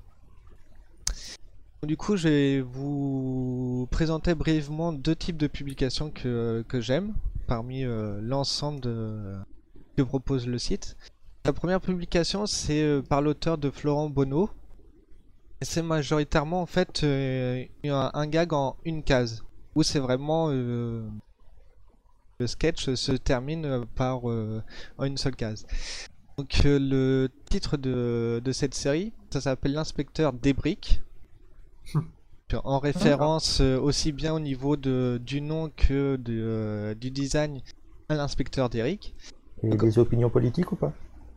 Du coup je vais vous présenter brièvement deux types de publications que, que j'aime parmi euh, l'ensemble de que propose le site. La première publication c'est euh, par l'auteur de Florent Bonneau. Et c'est majoritairement en fait euh, un, un gag en une case où c'est vraiment euh, le sketch se termine euh, par euh, en une seule case. Donc euh, le titre de, de cette série ça s'appelle l'inspecteur Débrick. En référence euh, aussi bien au niveau de, du nom que de, euh, du design à l'inspecteur d'Eric. Et des opinions politiques ou pas?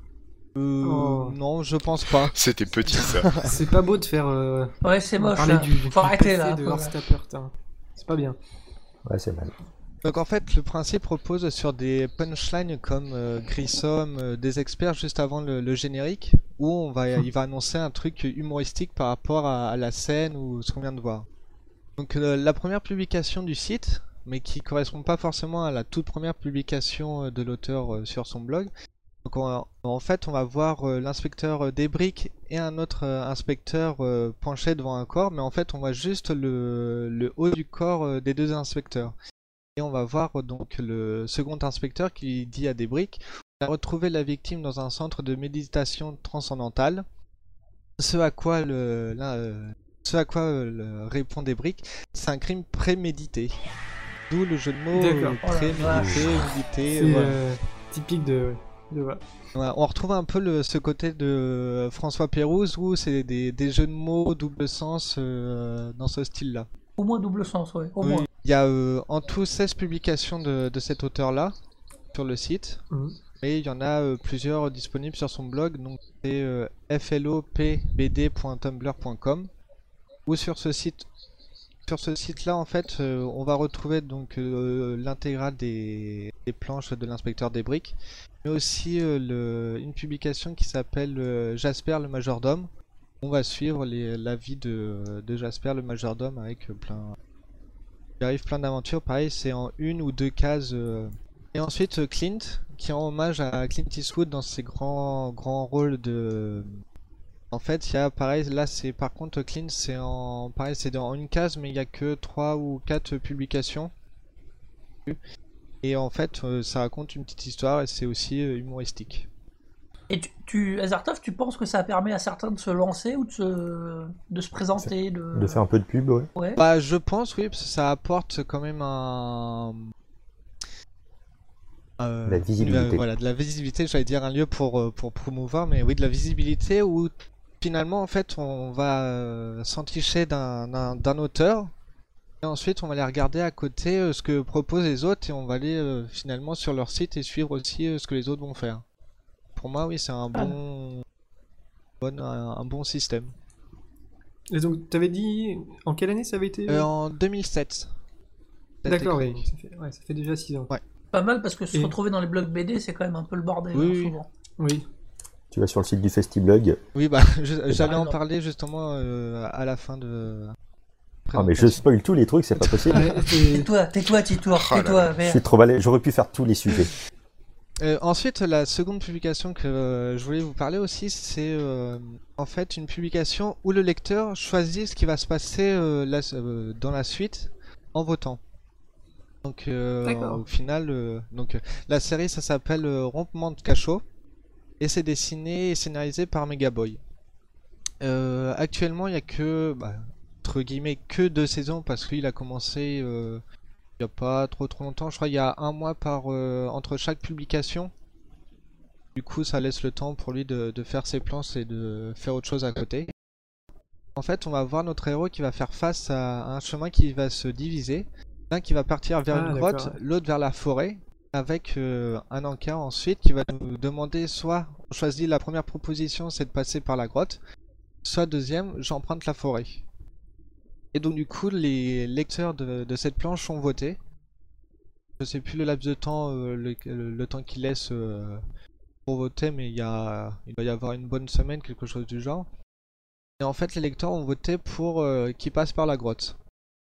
Euh, Oh. Non, je pense pas. C'était petit ça. C'est pas beau de faire. Euh, Ouais, c'est moche. parler là. du, Faut du arrêter passé là. de faut- Horst Tappert, hein. C'est pas bien. Ouais, c'est mal. Donc en fait, le principe repose sur des punchlines comme euh, Grissom, euh, des experts juste avant le, le générique, où on va, il va annoncer un truc humoristique par rapport à, à la scène ou ce qu'on vient de voir. Donc euh, la première publication du site, mais qui correspond pas forcément à la toute première publication euh, de l'auteur euh, sur son blog. Donc on va- en fait, on va voir euh, l'inspecteur euh, des briques et un autre euh, inspecteur euh, penché devant un corps, mais en fait, on voit juste le, le haut du corps euh, des deux inspecteurs. Et on va voir euh, donc le second inspecteur qui dit à des briques: on a retrouvé la victime dans un centre de méditation transcendantale. Ce à quoi le, là, euh, ce à quoi euh, le- répond des briques: c'est un crime prémédité. D'où le jeu de mots D'accord. euh, Oh la prémédité, vache. médité. C'est voilà. euh, typique de. de voilà. Ouais, on retrouve un peu le, ce côté de François Pérouse où c'est des, des jeux de mots double sens euh, dans ce style-là. Au moins double sens, ouais. Au Oui. moins. Il y a euh, en tout seize publications de, de cet auteur-là sur le site. Mhm. Et il y en a euh, plusieurs disponibles sur son blog, donc c'est euh, f l o p b d point tumblr point com. Ou sur ce site, sur ce site-là, en fait, euh, on va retrouver donc euh, l'intégrale des, des planches de l'inspecteur des briques, mais aussi euh, le, une publication qui s'appelle euh, Jasper le majordome. On va suivre les, la vie de, de Jasper le majordome avec euh, plein, il arrive plein d'aventures. Pareil, c'est en une ou deux cases. euh. Et ensuite euh, Clint, qui rend hommage à Clint Eastwood dans ses grands grands rôles de. En fait, il y a pareil, là c'est par contre Clint, c'est en pareil, c'est dans une case, mais il y a que trois ou quatre publications. Et en fait, euh, ça raconte une petite histoire et c'est aussi euh, humoristique. Et tu, tu Azartov, tu penses que ça permet à certains de se lancer ou de se, de se présenter de... De faire un peu de pub, ouais. Ouais. Bah, je pense, oui, parce que ça apporte quand même un. Euh, La visibilité. euh, voilà, de la visibilité, j'allais dire un lieu pour, euh, pour promouvoir, mais oui, de la visibilité où finalement, en fait, on va euh, s'enticher d'un d'un- d'un auteur et ensuite on va aller regarder à côté euh, ce que proposent les autres et on va aller euh, finalement sur leur site et suivre aussi euh, ce que les autres vont faire. Pour moi, oui, c'est un Ah. bon, bon un, un bon système. Et donc, t'avais dit. En quelle année ça avait été Euh, en deux mille sept. D'accord, oui. oui. Ça fait, ouais, ça fait déjà six ans. Ouais. Pas mal parce que se Et- retrouver dans les blogs B D, c'est quand même un peu le bordel, Oui, hein, oui. souvent. Oui. Tu vas sur le site du Festiblog. Oui, bah, je- j'allais en exemple. parler justement euh, à la fin de. Ah, mais je spoil tous les trucs, c'est pas possible. Ouais, c'est- Tais-toi, tais-toi, Titour, Oh là tais-toi, là. Je merde. suis trop balèze, j'aurais pu faire tous les sujets. Euh, ensuite, la seconde publication que euh, je voulais vous parler aussi, c'est euh, en fait une publication où le lecteur choisit ce qui va se passer euh, la- euh, dans la suite en votant. Donc, euh, D'accord. au final, euh, donc euh, la série, ça s'appelle euh, Rompement de cachot et c'est dessiné et scénarisé par Megaboy. Euh, actuellement, il y a que, bah, entre guillemets, que deux saisons parce qu'il a commencé. euh, Il n'y a pas trop trop longtemps, je crois il y a un mois par euh, entre chaque publication. Du coup ça laisse le temps pour lui de, de faire ses plans et de faire autre chose à côté. En fait on va voir notre héros qui va faire face à un chemin qui va se diviser. L'un qui va partir vers Ah, une d'accord, grotte, ouais. l'autre vers la forêt. Avec euh, un encart ensuite qui va nous demander soit on choisit la première proposition c'est de passer par la grotte, soit deuxième j'emprunte la forêt. Et donc du coup les lecteurs de, de cette planche ont voté. Je sais plus le laps de temps, euh, le, le- le temps qu'ils laissent euh, pour voter, mais il y a, il doit y avoir une bonne semaine, quelque chose du genre. Et en fait les lecteurs ont voté pour euh, qu'ils passent par la grotte.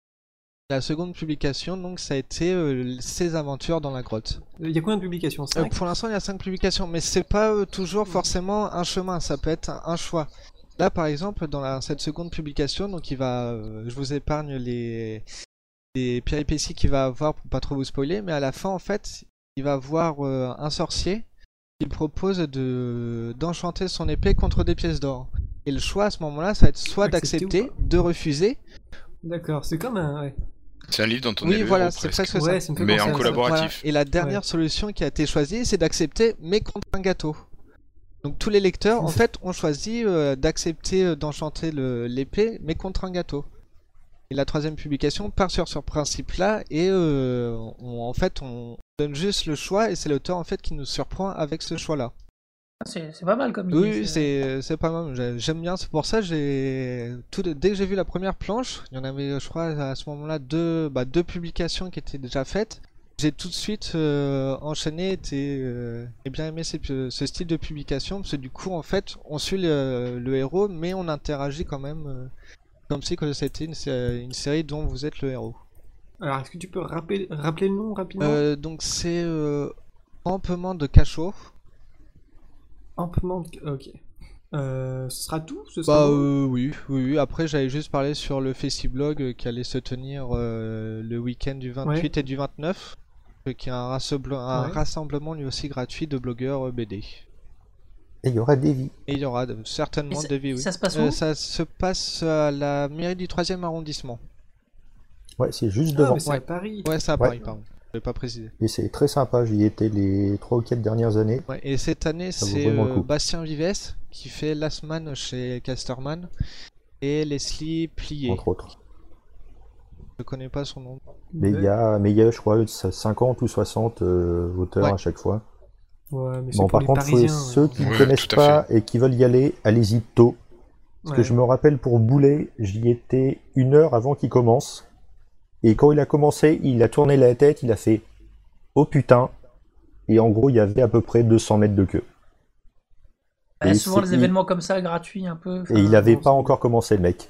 La seconde publication donc ça a été euh, ses aventures dans la grotte. Il y a combien de publications Euh, cinq pour l'instant, il y a cinq publications, mais c'est pas euh, toujours forcément un chemin, ça peut être un, un choix. Là, par exemple, dans la- cette seconde publication, donc il va, euh, je vous épargne les, les péripéties qu'il va avoir pour pas trop vous spoiler, mais à la fin, en fait, il va voir euh, un sorcier qui propose de d'enchanter son épée contre des pièces d'or. Et le choix à ce moment-là, ça va être soit Accepter ou d'accepter, pas de refuser. D'accord, c'est comme un. Ouais. C'est un livre dont on Oui, est le voilà, héros, c'est presque. presque Ouais, ça. ça me fait Mais penser en à ça. collaboratif. Voilà. Et la dernière Ouais. solution qui a été choisie, c'est d'accepter, mais contre un gâteau. Donc tous les lecteurs, en fait, ont choisi euh, d'accepter euh, d'enchanter le- l'épée, mais contre un gâteau. Et la troisième publication part sur ce principe-là et euh, on, en fait on donne juste le choix et c'est l'auteur en fait qui nous surprend avec ce choix-là. C'est c'est pas mal comme idée. Oui, c'est c'est pas mal. J'ai- J'aime bien. C'est pour ça j'ai tout de- dès que j'ai vu la première planche, il y en avait, je crois, à ce moment-là deux bah, deux publications qui étaient déjà faites. J'ai tout de suite euh, enchaîné et euh, j'ai bien aimé ces- ce style de publication parce que du coup en fait on suit le, le héros mais on interagit quand même euh, comme si que c'était une, sé- une série dont vous êtes le héros. Alors, est-ce que tu peux rappeler, rappeler le nom rapidement? Euh, donc c'est euh, Campement de Cachot. Amplement de... Ok. Euh, ce sera tout? Ce sera Bah bon euh, oui, oui, oui. Après j'avais juste parlé sur le Festiblog euh, qui allait se tenir euh, le week-end du vingt-huit Ouais. et du vingt-neuf, euh, qui est un, rassembl- un Ouais. rassemblement lui aussi gratuit de blogueurs euh, B D. Et il y aura Davy. Et il y aura de- Et certainement ça- des vies, oui. ça se passe où Euh, ça se passe à la mairie du troisième arrondissement. Ouais, c'est juste Ah, devant. mais c'est Ouais. à Paris. Ouais, c'est à Ouais. Paris, pardon. Je vais pas préciser. Et c'est très sympa, j'y étais les trois ou quatre dernières années. Ouais, et cette année, Ça vaut c'est vraiment le euh, coup. Bastien Vives qui fait Last Man chez Casterman et Leslie Plié. Entre autres. Je connais pas son nom. Mais il y a, mais il y a, je crois, cinquante ou soixante euh, auteurs Ouais. à chaque fois. Ouais, mais c'est Bon, pour par les contre, faut- Parisiens. ceux ouais. qui ne Ouais, connaissent tout à pas et qui veulent y aller, allez-y tôt. Parce que Ouais. je me rappelle pour Boulet, j'y étais une heure avant qu'il commence. Et quand il a commencé, il a tourné la tête, il a fait « Oh putain !» Et en gros, il y avait à peu près deux cents mètres de queue. Il y a Et souvent c'est- les événements comme ça, gratuits un peu. Et il enfin, n'avait bon, pas c'est- encore commencé, le mec.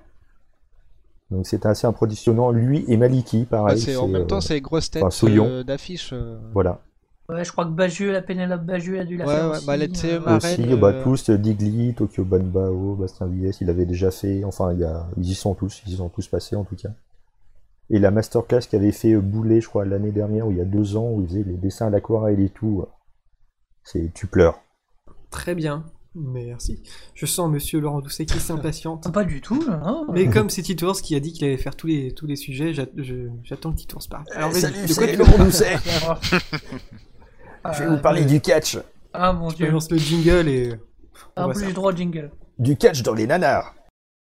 Donc c'était assez impressionnant. Lui et Maliki, Ouais, pareil. c'est- en c'est, même euh, temps, c'est les grosses têtes enfin, Souillon. euh, d'affiches. euh. Voilà. Ouais, je crois que Bagieux, la Pénélope Bagieux a dû la Ouais, faire ouais, aussi. bah, elle était euh, marraine. Aussi, euh, bah, tous, Digli, Tokyo Banbao, Bastien Vives, il avait déjà fait. Enfin, il y a... ils y sont tous, ils y sont tous passés en tout cas. Et la masterclass qu'avait fait euh, Boulet, je crois, l'année dernière, ou il y a deux ans, où il faisait les dessins à l'aquarelle et tout, euh, c'est tu pleures. Très bien. Merci. Je sens Monsieur Laurent Doucet qui s'impatiente. Pas du tout. hein. Mais comme c'est Titours qui a dit qu'il allait faire tous les, tous les sujets, j'a- je- j'attends que Titours parle. Alors, vas-y, Salut, de quoi c'est tu Laurent Doucet. Ah, Je vais vous parler du catch. Ah mon Tu dieu. balances le jingle et... on En voit plus, ça. j'ai droit au jingle. Du catch dans les nanars.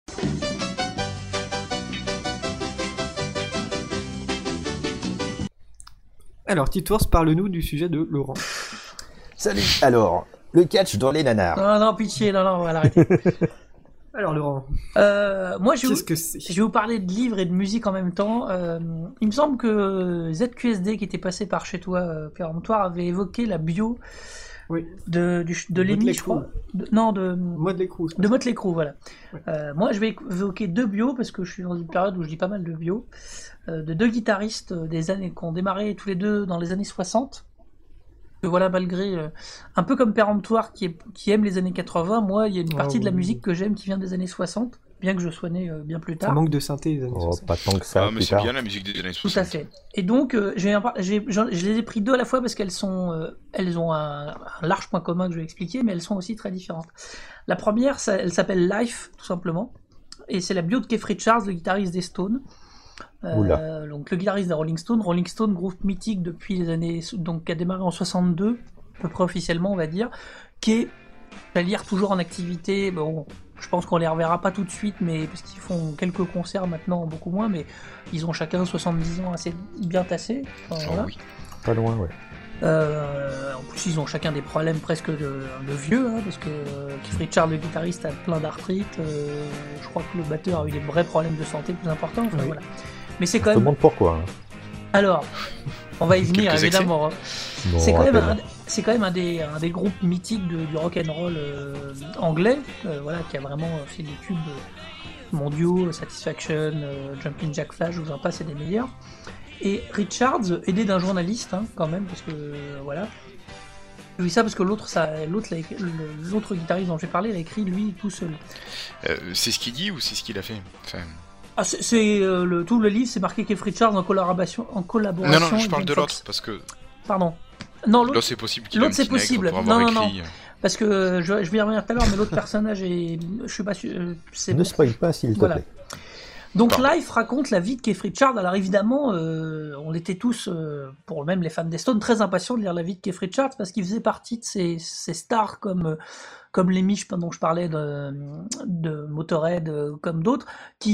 Alors, Titours, parle-nous du sujet de Laurent. Salut. Alors, le catch dans les nanars. Non, non, pitié, non, non, on va l'arrêter. Alors, Laurent, Euh, moi, je vais, qu'est-ce vous, que c'est? je vais vous parler de livres et de musique en même temps. Euh, il me semble que Z Q S D, qui était passé par chez toi, euh, péremptoire, avait évoqué la bio Oui. de, du, de Motley Lemmy, je Crue. crois. De- non, de, Moi de l'écrou. de Motley Crue, voilà. Ouais. Euh, moi, je vais évoquer deux bios, parce que je suis dans une période où je lis pas mal de bios, euh, de deux guitaristes euh, des années, qui ont démarré tous les deux dans les années soixante. Que voilà, malgré, euh, un peu comme Péremptoire qui, est- qui aime les années quatre-vingts, moi, il y a une Ah partie de la oui. musique que j'aime qui vient des années soixante, bien que je sois né euh, bien plus Ça tard. manque de synthé les années Oh, soixante. pas tant que ça, Ah, mais plus c'est tard. bien la musique des années Tout soixante. à fait. Et donc, euh, j'ai un par- j'ai- j'en- je les ai pris deux à la fois parce qu'elles sont, euh, elles ont un, un large point commun que je vais expliquer, mais elles sont aussi très différentes. La première, ça- elle s'appelle Life, tout simplement, et c'est la bio de Keith Richards, le guitariste des Stones. Euh, Oula. donc le guitariste des Rolling Stones, Rolling Stone, groupe mythique depuis les années, donc qui a démarré en soixante-deux, à peu près officiellement, on va dire, qui est, à lire toujours en activité. Bon, je pense qu'on les reverra pas tout de suite, mais parce qu'ils font quelques concerts maintenant, beaucoup moins, mais ils ont chacun soixante-dix ans assez bien tassés. Enfin, Oh voilà. oui. Pas loin, ouais. Euh, en plus, ils ont chacun des problèmes presque de, de vieux, hein, parce que euh, Keith Richards, le guitariste, a plein d'arthrite. euh, je crois que le batteur a eu des vrais problèmes de santé plus importants. Enfin, Oui. voilà. Mais c'est Je quand te même. demande pourquoi. hein. Alors, on va y venir Quelques évidemment. hein. Non, C'est quand, même un, rappelle. c'est quand même un des, un des groupes mythiques de- du rock and roll euh, anglais, euh, voilà, qui a vraiment fait des tubes mondiaux, Satisfaction, euh, Jumping Jack Flash, je vous en passe, c'est des meilleurs. Et Richards, aidé d'un journaliste, hein, quand même, parce que euh, voilà. Je dis ça parce que l'autre, ça, l'autre, l'a écrit- le- l'autre guitariste dont j'ai parlé l'a écrit lui tout seul. Euh, c'est ce qu'il dit ou c'est ce qu'il a fait enfin... Ah, c'est, c'est, euh, le, tout le livre, c'est marqué Keith Richards en collaboration, en collaboration. Non, non, je avec parle de John l'autre, Fox. parce que Pardon. Non, l'autre. là c'est possible qu'il ait un l'autre, c'est petit nègre possible. pour avoir Non, non, écrit. Parce que euh, je, je vais y revenir tout à l'heure, mais l'autre personnage est. Je suis pas sûr. euh, C'est Ne bon. spoil pas, s'il te Voilà. plaît. Donc Pardon. Life raconte la vie de Keith Richards. Alors évidemment, euh, on était tous, euh, pour même les fans des Stones, très impatients de lire la vie de Keith Richards parce qu'il faisait partie de ces, ces stars comme, euh, comme les Miches dont je parlais, de, de Motorhead, euh, comme d'autres, qui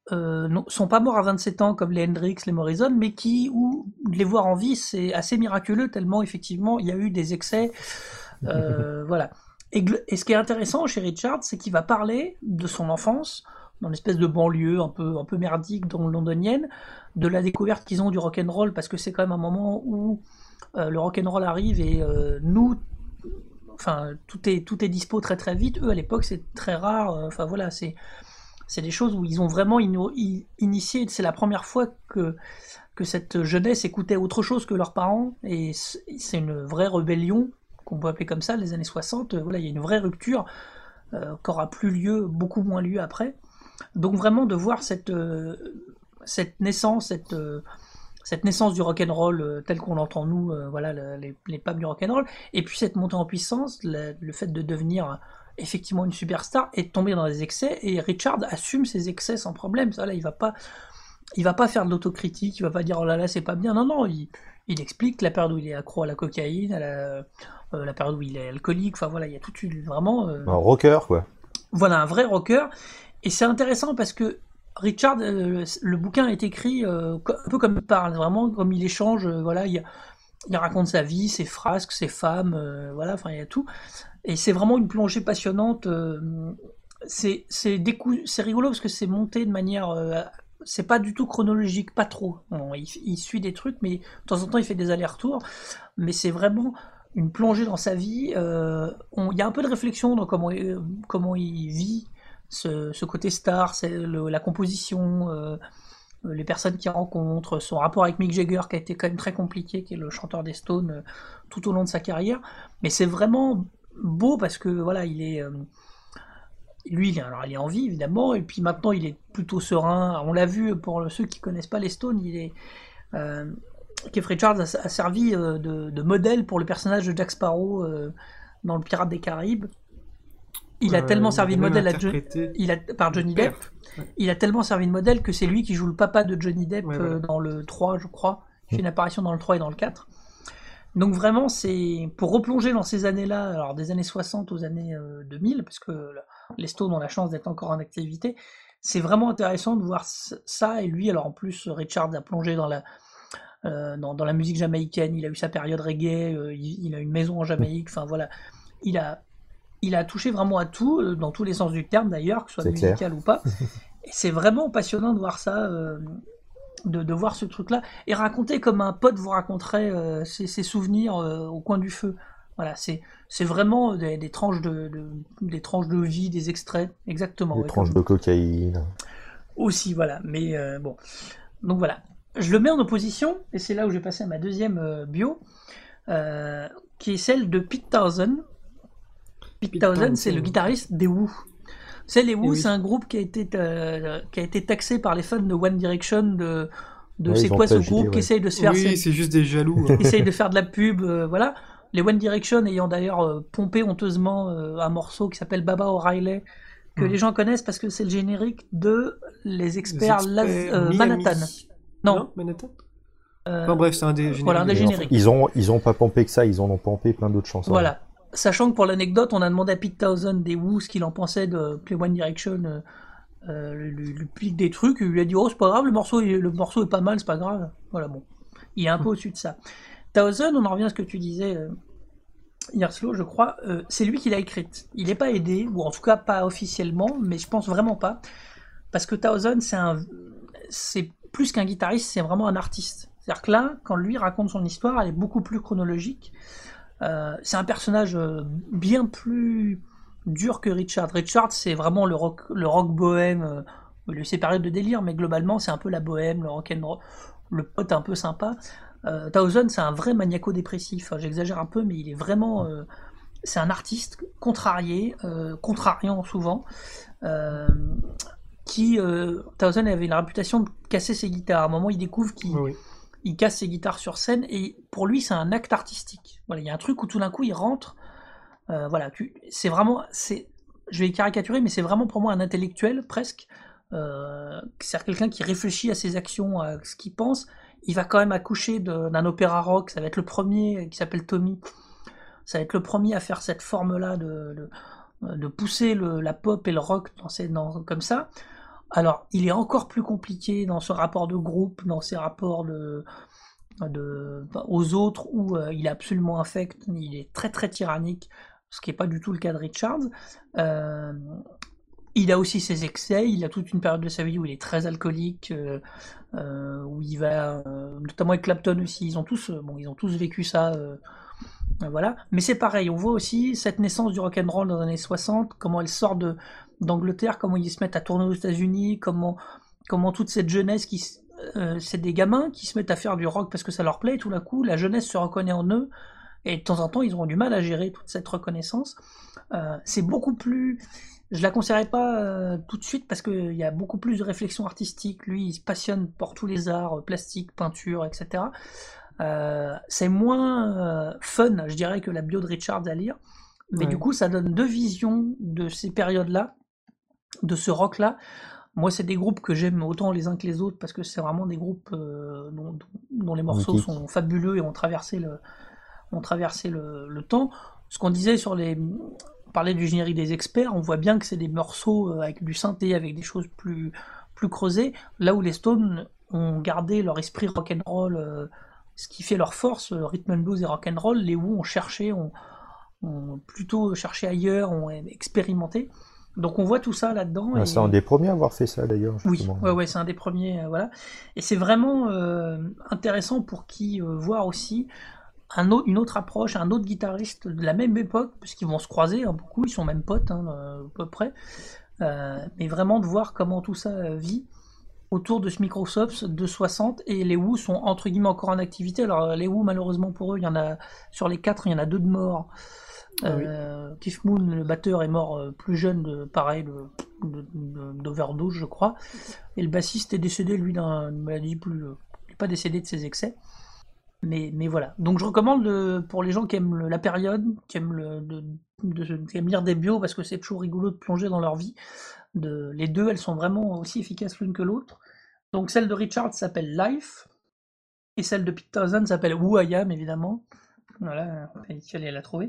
euh, non, sont pas morts à vingt-sept ans comme les Hendrix, les Morrison, mais qui, ou de les voir en vie, c'est assez miraculeux tellement effectivement il y a eu des excès. Euh, voilà. Et, et ce qui est intéressant chez Richard, c'est qu'il va parler de son enfance dans une espèce de banlieue un peu, un peu merdique, dont londonienne, de la découverte qu'ils ont du rock'n'roll, parce que c'est quand même un moment où euh, le rock'n'roll arrive et euh, nous, enfin, tout est, tout est dispo très très vite. Eux, à l'époque, c'est très rare. Enfin euh, voilà, c'est, c'est des choses où ils ont vraiment in- initié. C'est la première fois que, que cette jeunesse écoutait autre chose que leurs parents, et c'est une vraie rébellion, qu'on peut appeler comme ça, les années soixante. Voilà, il y a une vraie rupture euh, qui aura plus lieu, beaucoup moins lieu après. Donc vraiment de voir cette, euh, cette naissance, cette, euh, cette naissance du rock'n'roll euh, tel qu'on l'entend nous, euh, voilà, le, les, les papes du rock'n'roll, et puis cette montée en puissance, la, le fait de devenir euh, effectivement une superstar et de tomber dans des excès, et Richard assume ses excès sans problème. Ça, là, il va pas, il va pas faire de l'autocritique, il va pas dire oh là là c'est pas bien, non non, il, il explique la période où il est accro à la cocaïne, à la, euh, la période où il est alcoolique, enfin voilà, il y a toute une, vraiment... Euh, un rocker quoi. Voilà, un vrai rocker. Et c'est intéressant parce que Richard, euh, le bouquin est écrit euh, un peu comme il parle, vraiment comme il échange, euh, voilà, il, il raconte sa vie, ses frasques, ses femmes, euh, voilà, enfin il y a tout. Et c'est vraiment une plongée passionnante. Euh, c'est, c'est, décou- c'est rigolo parce que c'est monté de manière... Euh, c'est pas du tout chronologique, pas trop. Bon, il, il suit des trucs, mais de temps en temps il fait des allers-retours. Mais c'est vraiment une plongée dans sa vie. Euh, on- Il y a un peu de réflexion dans comment, euh, comment il vit ce, ce côté star, c'est le- la composition, euh, les personnes qu'il rencontre, son rapport avec Mick Jagger qui a été quand même très compliqué, qui est le chanteur des Stones euh, tout au long de sa carrière. Mais c'est vraiment beau parce que voilà, il est, euh, lui, il est, alors il est en vie évidemment, et puis maintenant il est plutôt serein. On l'a vu pour ceux qui connaissent pas les Stones, il est euh, Keith Richards a, a servi euh, de, de modèle pour le personnage de Jack Sparrow euh, dans le Pirate des Caraïbes. Il a Euh, tellement il servi a de même modèle à Jo- interprété il a, par Johnny le père. Depp. Ouais. Il a tellement servi de modèle que c'est lui qui joue le papa de Johnny Depp Ouais, euh, voilà. dans le trois, je crois. Il fait une apparition dans le trois et dans le quatre. Donc vraiment, c'est pour replonger dans ces années-là, alors des années soixante aux années euh, deux mille, parce que là, les Stones ont la chance d'être encore en activité, c'est vraiment intéressant de voir c- ça. Et lui, alors en plus, Richard a plongé dans la, euh, dans, dans la musique jamaïcaine, il a eu sa période reggae, euh, il, il a une maison en Jamaïque, enfin voilà. Il a, il a touché vraiment à tout, euh, dans tous les sens du terme d'ailleurs, que ce soit C'est musical clair. ou pas. Et c'est vraiment passionnant de voir ça, euh, de, de voir ce truc-là, et raconter comme un pote vous raconterait euh, ses, ses souvenirs euh, au coin du feu. Voilà, c'est, c'est vraiment des, des, tranches de, de, des tranches de vie, des extraits, exactement. Des ouais, tranches comme- de cocaïne. Aussi, voilà. Mais euh, bon. Donc voilà. Je le mets en opposition, et c'est là où je vais passer à ma deuxième euh, bio, euh, qui est celle de Pete Townshend. Pete Pete Townshend, Townshend, c'est le ouais. guitariste des Who. C'est les Who, Eh oui. c'est un groupe qui a été euh, qui a été taxé par les fans de One Direction de de Ouais, c'est ils ont quoi ce plagié, groupe ouais. qui essaye de se faire Oui, cette- c'est juste des jaloux. hein. essaye de faire de la pub, euh, voilà. Les One Direction ayant d'ailleurs euh, pompé honteusement euh, un morceau qui s'appelle Baba O'Reilly, que Hmm. les gens connaissent parce que c'est le générique de Les Experts, Les Las- experts euh, Miami. Manhattan. Non, Non, Manhattan. euh, Enfin bref, c'est un des génériques. voilà, un des de- Et en fait, génériques. ils ont ils ont pas pompé que ça, ils en ont pompé plein d'autres chansons. voilà. Sachant que pour l'anecdote, on a demandé à Pete Townshend des Who ce qu'il en pensait de Play One Direction, euh, euh, lui, lui pique des trucs, il lui a dit oh c'est pas grave, le morceau, est- le morceau est pas mal, c'est pas grave. Voilà, bon. Il est un peu au-dessus de ça. Townshend, on en revient à ce que tu disais euh, hier slow, je crois, euh, c'est lui qui l'a écrite. Il n'est pas aidé, ou en tout cas pas officiellement, mais je pense vraiment pas. Parce que Townshend, c'est un, c'est plus qu'un guitariste, c'est vraiment un artiste. C'est-à-dire que là, quand lui raconte son histoire, elle est beaucoup plus chronologique. Euh, c'est un personnage euh, bien plus dur que Richard. Richard, c'est vraiment le rock, le rock bohème. Euh, il a eu ses périodes de délire, mais globalement, c'est un peu la bohème, le rock and roll, le pote un peu sympa. Euh, Townshend, c'est un vrai maniaco-dépressif. Enfin, j'exagère un peu, mais il est vraiment. Euh, c'est un artiste contrarié, euh, contrariant souvent. Euh, qui euh, Townshend avait la réputation de casser ses guitares. À un moment, il découvre qu'il Oui, oui. il casse ses guitares sur scène, et pour lui, c'est un acte artistique. Voilà, il y a un truc où tout d'un coup, il rentre. Euh, voilà, tu, c'est vraiment, c'est, je vais caricaturer, mais c'est vraiment pour moi un intellectuel presque. Euh, c'est-à-dire quelqu'un qui réfléchit à ses actions, à ce qu'il pense. Il va quand même accoucher de- d'un opéra rock. Ça va être le premier, qui s'appelle Tommy. Ça va être le premier à faire cette forme-là de, de, de pousser le, la pop et le rock dans ces, dans, comme ça. alors, il est encore plus compliqué dans ce rapport de groupe, dans ses rapports de, de, aux autres, où euh, il est absolument infect, il est très très tyrannique, ce qui n'est pas du tout le cas de Richards. Euh, il a aussi ses excès, il a toute une période de sa vie où il est très alcoolique, euh, euh, où il va, euh, notamment avec Clapton aussi, ils ont tous, euh, bon, ils ont tous vécu ça. Euh, Voilà, mais c'est pareil, on voit aussi cette naissance du rock'n'roll dans les années soixante, comment elle sort de, d'Angleterre, comment ils se mettent à tourner aux États-Unis, comment, comment toute cette jeunesse, qui, euh, c'est des gamins qui se mettent à faire du rock parce que ça leur plaît, et tout d'un coup, la jeunesse se reconnaît en eux, et de temps en temps, ils auront du mal à gérer toute cette reconnaissance. Euh, c'est beaucoup plus... Je la conseillerais pas euh, tout de suite parce qu'il y a beaucoup plus de réflexion artistique. Lui, il se passionne pour tous les arts, plastique, peinture, et cetera. Euh, c'est moins euh, fun, je dirais, que la bio de Richards à lire, mais Ouais. du coup, ça donne deux visions de ces périodes-là, de ce rock-là. Moi, c'est des groupes que j'aime autant les uns que les autres parce que c'est vraiment des groupes euh, dont, dont- dont les morceaux Mythique. sont fabuleux et ont traversé le, ont traversé le, le temps. Ce qu'on disait sur les, on parlait du générique des experts, on voit bien que c'est des morceaux euh, avec du synthé, avec des choses plus, plus creusées, là où les Stones ont gardé leur esprit rock'n'roll, euh, ce qui fait leur force, euh, rhythm and blues et rock'n'roll. Les Who ont cherché, ont, ont plutôt cherché ailleurs, ont expérimenté. Donc on voit tout ça là-dedans. Ah, et... c'est un des premiers à avoir fait ça d'ailleurs. Oui, justement. ouais, ouais, c'est un des premiers, euh, voilà. Et c'est vraiment euh, intéressant pour qui euh, voir aussi un autre, une autre approche, un autre guitariste de la même époque, parce qu'ils vont se croiser, hein, beaucoup, ils sont même potes, hein, euh, à peu près. Euh, mais vraiment de voir comment tout ça euh, vit autour de ce Microsoft de soixante, et les Who sont entre guillemets encore en activité. Alors les Who, malheureusement pour eux, il y en a sur les quatre, il y en a deux de morts. Ah oui. Euh, Keith Moon, le batteur, est mort euh, plus jeune, de, pareil, de, de- de- d'overdose, je crois. Et le bassiste est décédé, lui, d'une maladie plus... euh, il n'est pas décédé de ses excès. Mais, mais voilà. Donc je recommande le- pour les gens qui aiment le- la période, qui aiment, le, de, de- qui aiment lire des bios, parce que c'est toujours rigolo de plonger dans leur vie. De, les deux, elles sont vraiment aussi efficaces l'une que l'autre. Donc celle de Richard s'appelle Life, et celle de Pete Townsend s'appelle Who I Am, évidemment. Voilà, il fallait la trouver.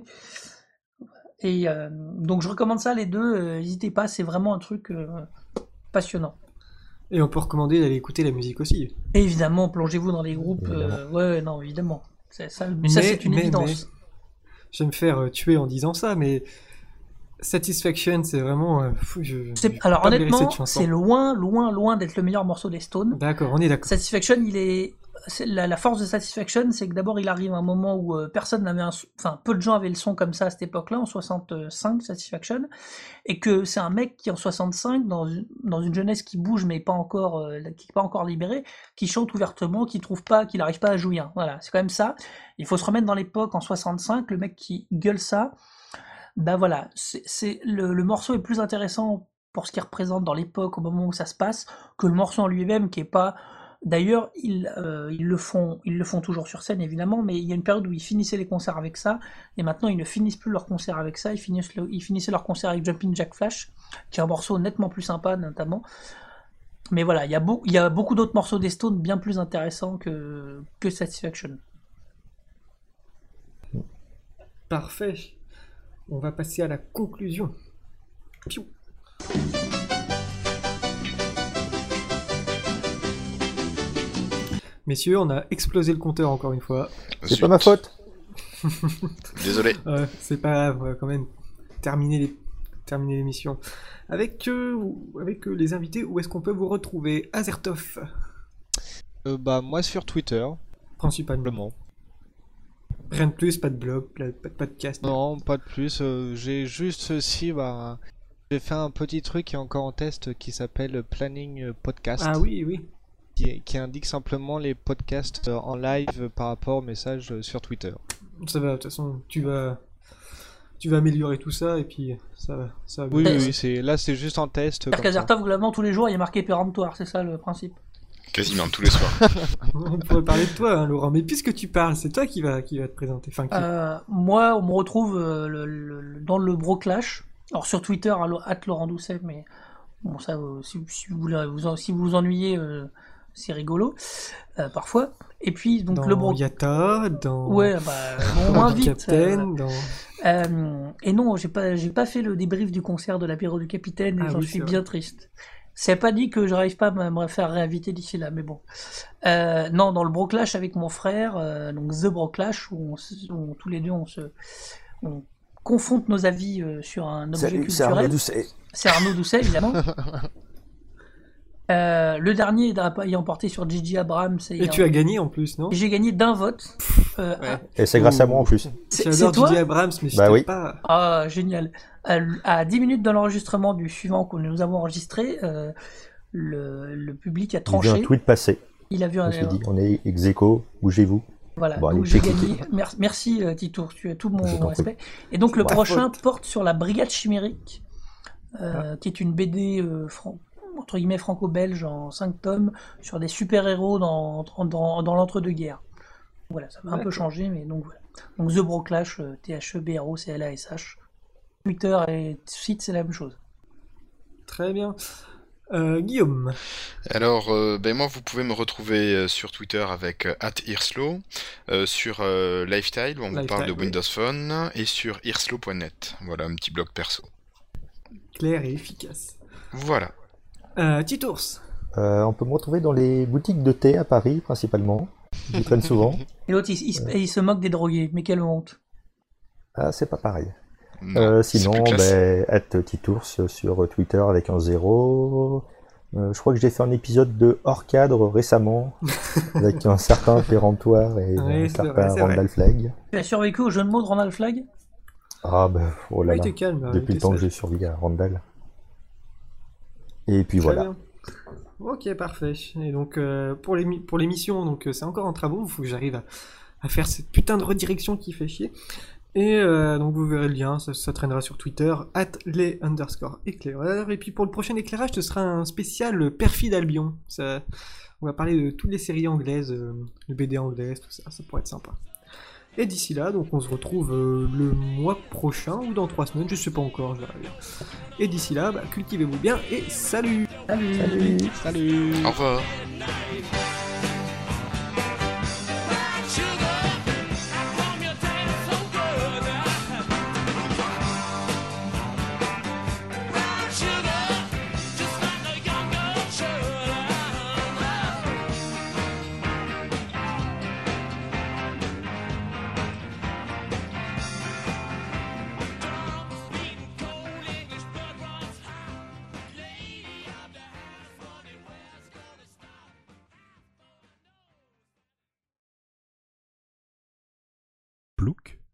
Et euh, donc je recommande ça, les deux, euh, n'hésitez pas, c'est vraiment un truc euh, passionnant. Et on peut recommander d'aller écouter la musique aussi. Et évidemment, plongez-vous dans les groupes, Évidemment. euh, ouais, ouais, non, évidemment. C'est, ça, mais ça, Mais- c'est une mais- évidence. Je vais me faire euh, tuer en disant ça, mais Satisfaction, c'est vraiment... euh, fou, je, C'est- je alors peux pas blairer honnêtement, cette chanson. c'est loin, loin, loin d'être le meilleur morceau des Stones. D'accord, on est d'accord. Satisfaction, il est, c'est la, la force de Satisfaction, c'est que d'abord il arrive à un moment où euh, personne n'avait un, son- enfin peu de gens avaient le son comme ça à cette époque-là, en soixante-cinq, Satisfaction, et que c'est un mec qui en soixante-cinq, dans une, dans une jeunesse qui bouge mais pas encore, euh, qui n'est pas encore libérée, qui chante ouvertement, qui trouve pas, qui n'arrive pas à jouir. Voilà, c'est quand même ça. Il faut se remettre dans l'époque en soixante-cinq, le mec qui gueule ça, bah voilà, c'est, c'est le, le morceau est plus intéressant pour ce qu'il représente dans l'époque, au moment où ça se passe, que le morceau en lui-même qui est pas. D'ailleurs, ils, euh, ils le font, ils le font toujours sur scène évidemment, mais il y a une période où ils finissaient les concerts avec ça, et maintenant ils ne finissent plus leurs concerts avec ça. Ils finissent, le- ils finissaient leurs concerts avec Jumpin' Jack Flash, qui est un morceau nettement plus sympa notamment. Mais voilà, il y a, beau- il y a beaucoup d'autres morceaux des Stones bien plus intéressants que, que Satisfaction. Parfait. On va passer à la conclusion. Piou. Messieurs, on a explosé le compteur encore une fois. C'est Zut. pas ma faute. Désolé. Euh, c'est pas grave, on va quand même terminer les- terminer l'émission. Avec, euh, avec euh, les invités, où est-ce qu'on peut vous retrouver? Azertov, Euh, bah, moi sur Twitter, principalement. simplement. Rien de plus, pas de blog, pas de pas de podcast. Non, pas de plus. euh, j'ai juste ceci, bah, j'ai fait un petit truc qui est encore en test qui s'appelle Planning Podcast, Ah oui, oui. qui, qui indique simplement les podcasts euh, en live par rapport aux messages euh, sur Twitter. Ça va, de toute façon, tu vas, tu vas améliorer tout ça et puis ça va, ça va. Oui, bien. oui, oui, c'est là, c'est juste en test. C'est-à-dire comme ça. qu'Azertov, globalement, tous les jours, il y a marqué péremptoire, c'est ça le principe. Quasiment tous les soirs. On pourrait parler de toi, hein, Laurent. Mais puisque tu parles, c'est toi qui va, qui va te présenter. Enfin, qui- Euh, moi, on me retrouve euh, le- le- le- dans le Bro Clash. Alors sur Twitter, at Laurent Doucet, mais bon, ça, euh, si, si vous voulez vous, en- si vous vous ennuyez, euh, c'est rigolo euh, parfois. Et puis donc dans le Bro. Yata, dans Ouais, bah, bon, moins Big vite. Captain, euh, dans... euh, et non, j'ai pas, j'ai pas fait le débrief du concert de l'apéro du Capitaine, et Ah j'en oui, suis c'est bien vrai. triste. C'est pas dit que j'arrive pas à me faire réinviter d'ici là, mais bon. Euh, non, dans le Broclash avec mon frère, euh, donc The Broclash, où, on, se- où tous les deux on se on confronte nos avis euh, sur un objet Salut, c'est Arnaud culturel. Doucet. C'est Arnaud Doucet, évidemment. Euh, le dernier ayant porté sur Gigi Abrams. Et, Et tu as gagné en plus, non? et j'ai gagné d'un vote. Euh, Ouais. à- Et c'est grâce à moi en plus. c'est J'adore c'est toi J J Abrams, mais je Bah t'aime oui. pas. Ah, génial. À, à dix minutes de l'enregistrement du suivant que nous avons enregistré, euh, le, le public a J'ai vu un tranché. tweet passer. Il a vu Je un. me suis dit, on est ex aequo, bougez-vous. Voilà, Bon, donc allez, j'ai t'es gagné. Merci, merci euh, Titour, tu as tout Je mon t'en prie. respect. Et donc C'est le ma prochain faute. porte sur la Brigade Chimérique, euh, qui est une B D euh, fran- entre guillemets franco-belge en cinq tomes sur des super-héros dans, dans, dans l'entre-deux-guerres. Voilà, ça va un peu D'accord. changer, mais donc voilà. Donc The Broclash, euh, T H E B R O C L A S H. Twitter et site, c'est la même chose. Très bien. Euh, Guillaume. Alors, euh, ben moi, vous pouvez me retrouver euh, sur Twitter avec euh, at Irslo, euh, sur euh, Lifestyle, où on vous Lifestyle, parle de oui. Windows Phone, et sur irslo point net. Voilà, un petit blog perso. Clair et efficace. Voilà. Euh, Titours. Euh, on peut me retrouver dans les boutiques de thé à Paris, principalement. J'y traîne souvent. Et l'autre, il, il se- il se moque des drogués, mais quelle honte. Ah, c'est pas pareil. Non, Euh, c'est sinon, plus classe. ben, at Titours sur Twitter avec un zéro. Euh, je crois que j'ai fait un épisode de hors cadre récemment avec un certain péremptoire et Oui, un c'est certain vrai, c'est vrai. Randall Flagg. Tu as survécu au jeu de mots de Ronald Flag? Ah ben, oh là Oui, là. t'es calme. là, Depuis t'es le temps que sage. j'ai survécu à Randall. Et puis Très voilà. bien. Ok, parfait. Et donc, euh, pour l'émi- pour l'émission, donc euh, c'est encore en travaux. Il faut que j'arrive à, à faire cette putain de redirection qui fait chier. Et euh, donc, vous verrez le lien. Ça, ça traînera sur Twitter, at les underscore éclaireurs. Et puis, pour le prochain éclairage, ce sera un spécial Perfide Albion. Ça, on va parler de toutes les séries anglaises, euh, de B D anglaises, tout ça. Ça pourrait être sympa. Et d'ici là, donc on se retrouve euh, le mois prochain ou dans trois semaines, je sais pas encore, je verrai bien. Et d'ici là, bah, cultivez-vous bien et salut! Salut. Salut. Salut. Au revoir. Plouc.